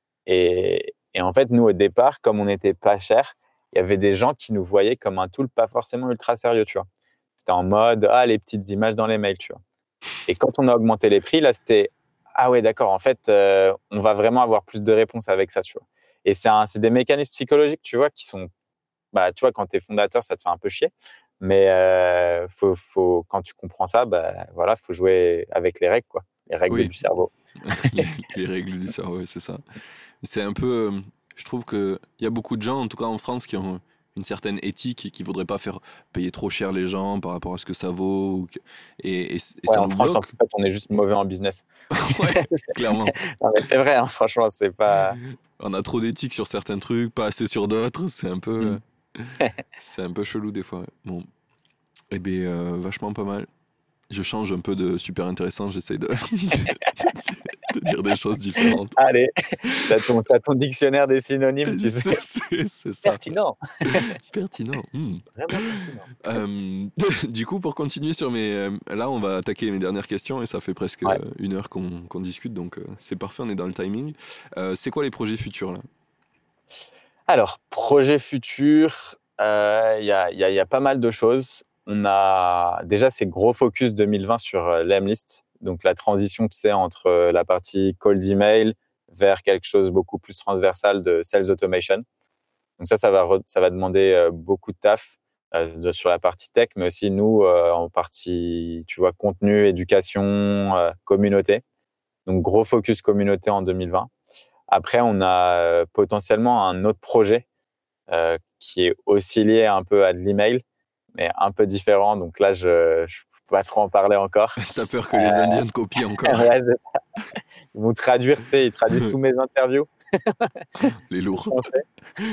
Et, et en fait, nous, au départ, comme on n'était pas cher, il y avait des gens qui nous voyaient comme un tool pas forcément ultra sérieux, tu vois. C'était en mode, ah, les petites images dans les mails, tu vois. Et quand on a augmenté les prix, là, c'était, ah ouais, d'accord, en fait, euh, on va vraiment avoir plus de réponses avec ça, tu vois. Et c'est un, c'est des mécanismes psychologiques, tu vois, qui sont, bah, tu vois, quand tu es fondateur, ça te fait un peu chier. Mais euh, faut, faut, quand tu comprends ça, bah, voilà, faut jouer avec les règles, quoi. Les règles Oui, du cerveau. les, les règles du cerveau, ouais, c'est ça. C'est un peu. euh, je trouve qu'il y a beaucoup de gens, en tout cas en France, qui ont une certaine éthique et qui ne voudraient pas faire payer trop cher les gens par rapport à ce que ça vaut. ou que- Et, et c- et Ouais, ça en nous France, en bloque. fait, on est juste mauvais en business. Ouais, clairement. Non, mais c'est vrai, hein, franchement, c'est pas. On a trop d'éthique sur certains trucs, pas assez sur d'autres. C'est un peu. Mm. C'est un peu chelou des fois. Ouais. Bon. Eh bien, euh, vachement pas mal. Je change un peu de super intéressant, j'essaie de, de, dire des choses différentes. Allez, t'as ton, t'as ton dictionnaire des synonymes, tu sais. C'est c'est- c'est ça. Pertinent, Pertinent. hmm. vraiment pertinent. Euh, du coup, pour continuer sur mes... euh, là, on va attaquer mes dernières questions et ça fait presque Ouais. euh, une heure qu'on qu'on discute, donc euh, c'est parfait, on est dans le timing. Euh, c'est quoi les projets futurs là? Alors, projet futur, euh, il y, a, il y a- il y a pas mal de choses. On a déjà ces gros focus deux mille vingt sur euh, l'Emlist, donc la transition, tu sais, entre euh, la partie cold email vers quelque chose beaucoup plus transversal de sales automation. Donc ça, ça va, re- ça va demander euh, beaucoup de taf euh, de- sur la partie tech, mais aussi nous euh, en partie, tu vois, contenu, éducation, euh, communauté. Donc gros focus communauté en deux mille vingt. Après, on a euh, potentiellement un autre projet euh, qui est aussi lié un peu à de l'email, mais un peu différent. Donc là, je ne peux pas trop en parler encore. T'as peur que les Indiens te copient encore? Ouais, c'est ça. Ils vont traduire, tu sais, ils traduisent tous mes interviews Les en lourds. français.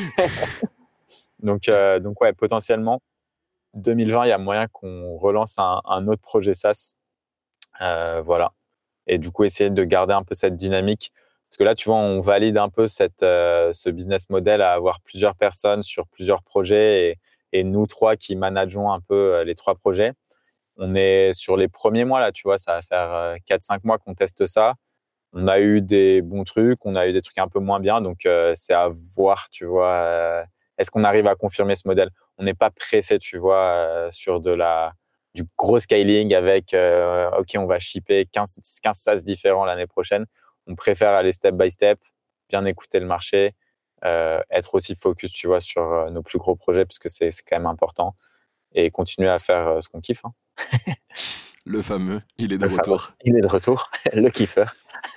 Donc, euh, donc ouais, potentiellement, deux mille vingt, il y a moyen qu'on relance un, un autre projet SaaS. Euh, voilà. Et du coup, essayer de garder un peu cette dynamique. Parce que là, tu vois, on valide un peu cette, euh, ce business model à avoir plusieurs personnes sur plusieurs projets et, et nous trois qui manageons un peu euh, les trois projets. On est sur les premiers mois, là, tu vois, ça va faire euh, quatre cinq mois qu'on teste ça. On a eu des bons trucs, on a eu des trucs un peu moins bien. Donc, euh, c'est à voir, tu vois. euh, est-ce qu'on arrive à confirmer ce modèle? On n'est pas pressé, tu vois, euh, sur de la, du gros scaling avec, euh, OK, on va shipper quinze, quinze SaaS différents l'année prochaine. On préfère aller step by step, bien écouter le marché, euh, être aussi focus, tu vois, sur euh, nos plus gros projets, parce que c'est, c'est quand même important, et continuer à faire euh, ce qu'on kiffe, hein. Le fameux, il est de Le fameux. retour. Il est de retour, le kiffeur.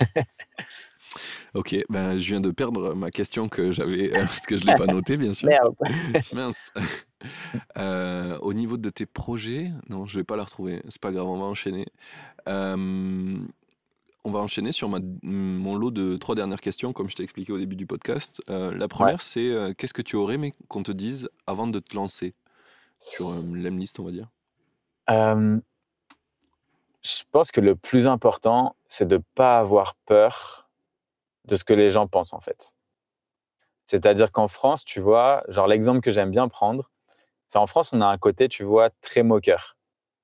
Ok, ben, je viens de perdre ma question que j'avais, euh, parce que je ne l'ai pas notée, bien sûr. Merde. Mince. Euh, au niveau de tes projets, non, je ne vais pas la retrouver. C'est pas grave, on va enchaîner. Euh, on va enchaîner sur ma, mon lot de trois dernières questions, comme je t'ai expliqué au début du podcast. Euh, la première, Ouais. c'est euh, qu'est-ce que tu aurais aimé qu'on te dise avant de te lancer sur euh, l'Emlist, on va dire. Euh, je pense que le plus important, c'est de ne pas avoir peur de ce que les gens pensent, en fait. C'est-à-dire qu'en France, tu vois, genre l'exemple que j'aime bien prendre, c'est en France, on a un côté, tu vois, très moqueur.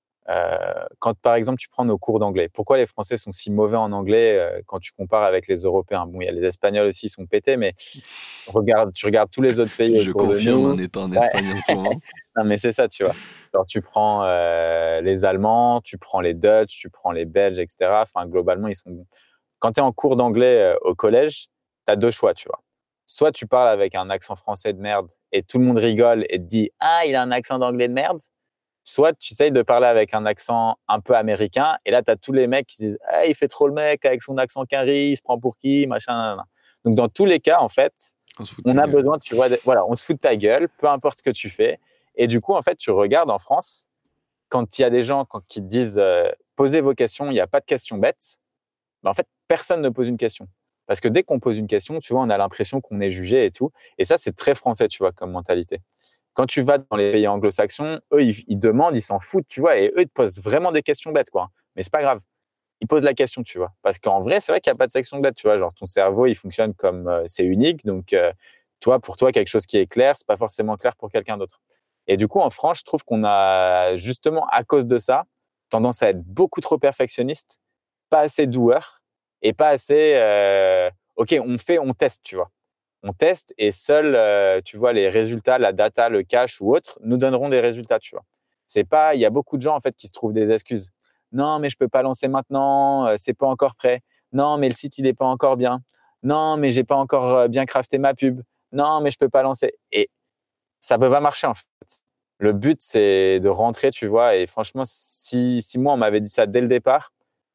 Euh, quand, par exemple, tu prends nos cours d'anglais, pourquoi les Français sont si mauvais en anglais euh, quand tu compares avec les Européens? Bon, il y a les Espagnols aussi, ils sont pétés, mais regarde, tu regardes tous les autres pays Je autour de confirme en nous. étant en Ouais. Espagne en ce moment. Non, mais c'est ça, tu vois. Genre, tu prends euh, les Allemands, tu prends les Dutch, tu prends les Belges, et cetera. Enfin, globalement, ils sont. Quand tu es en cours d'anglais euh, au collège, tu as deux choix, tu vois. Soit tu parles avec un accent français de merde et tout le monde rigole et te dit ah, il a un accent d'anglais de merde. Soit tu essayes de parler avec un accent un peu américain et là, tu as tous les mecs qui se disent ah, il fait trop le mec avec son accent carré, il se prend pour qui, machin. Nanana. Donc, dans tous les cas, en fait, On se fout de on ta a gueule. besoin, tu vois, de- voilà, on se fout de ta gueule, peu importe ce que tu fais. Et du coup, en fait, tu regardes en France, quand il y a des gens quand, qui te disent euh, posez vos questions, il n'y a pas de questions bêtes. Ben, en fait, personne ne pose une question. Parce que dès qu'on pose une question, tu vois, on a l'impression qu'on est jugé et tout. Et ça, c'est très français, tu vois, comme mentalité. Quand tu vas dans les pays anglo-saxons, eux, ils, ils demandent, ils s'en foutent, tu vois, et eux, ils te posent vraiment des questions bêtes, quoi. Mais c'est pas grave. Ils posent la question, tu vois. Parce qu'en vrai, c'est vrai qu'il n'y a pas de section bête, tu vois. Genre, ton cerveau, il fonctionne comme euh, c'est unique. Donc, euh, toi, pour toi, quelque chose qui est clair, c'est pas forcément clair pour quelqu'un d'autre. Et du coup, en France, je trouve qu'on a, justement, à cause de ça, tendance à être beaucoup trop perfectionniste, pas assez doueur et pas assez. Euh, ok, on fait, on teste, tu vois. On teste et seuls, euh, tu vois, les résultats, la data, le cache ou autre, nous donneront des résultats, tu vois. C'est pas, il y a beaucoup de gens en fait qui se trouvent des excuses. Non, mais je peux pas lancer maintenant, euh, c'est pas encore prêt. Non, mais le site il est pas encore bien. Non, mais j'ai pas encore euh, bien crafté ma pub. Non, mais je peux pas lancer. Et ça peut pas marcher en fait. Le but c'est de rentrer, tu vois. Et franchement, si, si moi on m'avait dit ça dès le départ,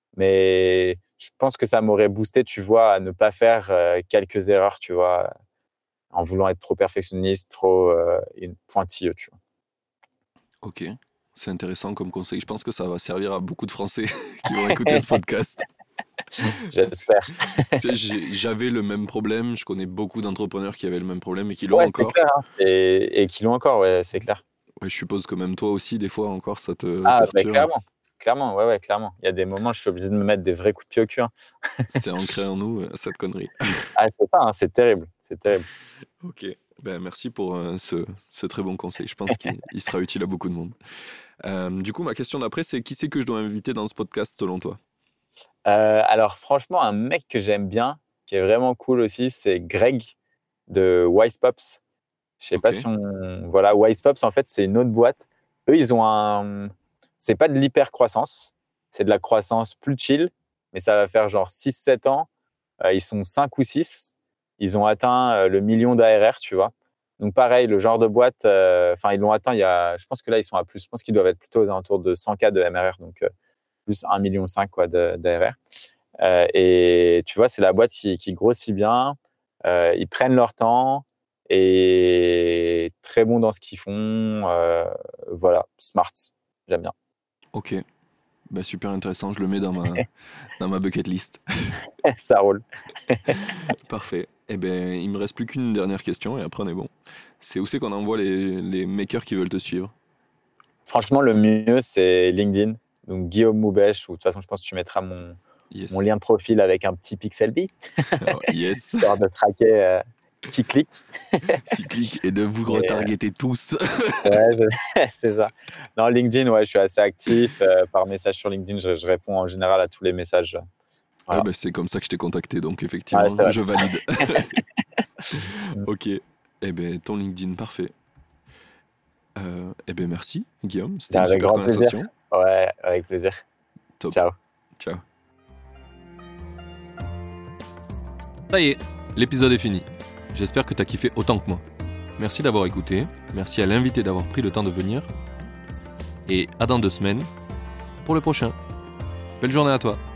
mais je pense que ça m'aurait boosté, tu vois, à ne pas faire euh, quelques erreurs, tu vois, en voulant être trop perfectionniste, trop euh, pointilleux, tu vois. Ok, c'est intéressant comme conseil. Je pense que ça va servir à beaucoup de Français qui vont écouter ce podcast. J'espère. C'est- j'ai- J'avais le même problème. Je connais beaucoup d'entrepreneurs qui avaient le même problème et qui l'ont Ouais, c'est encore. clair. Hein, c'est- et qui l'ont encore, ouais, c'est clair. Ouais, je suppose que même toi aussi, des fois encore, ça te Ah, bah, perturbe. clairement. Clairement, ouais, ouais, clairement. Il y a des moments, je suis obligé de me mettre des vrais coups de pied au cul. Hein. C'est ancré en nous, euh, cette connerie. Ah, c'est ça, hein, c'est terrible. C'est terrible. Ok, ben, merci pour euh, ce, ce très bon conseil. Je pense qu'il il sera utile à beaucoup de monde. Euh, du coup, ma question d'après, c'est qui c'est que je dois inviter dans ce podcast selon toi? Euh, alors, franchement, un mec que j'aime bien, qui est vraiment cool aussi, c'est Greg de Wise Pops. Je sais Ok, pas si on. Voilà, Wise Pops, en fait, c'est une autre boîte. Eux, ils ont un. C'est pas de l'hyper croissance, c'est de la croissance plus chill, mais ça va faire genre six sept ans. Euh, ils sont cinq ou six. Ils ont atteint euh, le million d'A R R, tu vois. Donc, pareil, le genre de boîte, euh, enfin, ils l'ont atteint il y a. Je pense que là, ils sont à plus. Je pense qu'ils doivent être plutôt aux alentours de cent K de M R R, donc euh, plus un virgule cinq million quoi, d'A R R. Euh, et tu vois, c'est la boîte qui, qui grossit bien. Euh, ils prennent leur temps et très bons dans ce qu'ils font. Euh, voilà, smart, j'aime bien. ok. Ben, super intéressant, je le mets dans ma, dans ma bucket list. Ça roule. Parfait. Eh ben, il me reste plus qu'une dernière question et après on est bon. C'est où c'est qu'on envoie les, les makers qui veulent te suivre? Franchement, le mieux, c'est LinkedIn. Donc, Guillaume Moubèche, ou de toute façon, je pense que tu mettras mon, Yes. mon lien de profil avec un petit Pixelbee, Oh, yes. histoire de traquer euh, qui clique. Qui clique et de vous Et, retargeter tous. Ouais, je- c'est ça. Non, LinkedIn, ouais, je suis assez actif. Euh, par message sur LinkedIn, je, je réponds en général à tous les messages. Voilà. Ah ben, c'est comme ça que je t'ai contacté, donc Ouais, effectivement, c'est vrai. je valide. Ok. Eh ben, ton LinkedIn, parfait. Euh, eh ben, merci, Guillaume. C'était Ben, une avec super grand plaisir. conversation. Ouais, avec plaisir. Top. Ciao. Ciao. Ça y est, l'épisode est fini. J'espère que t'as kiffé autant que moi. Merci d'avoir écouté. Merci à l'invité d'avoir pris le temps de venir. Et à dans deux semaines pour le prochain. Belle journée à toi.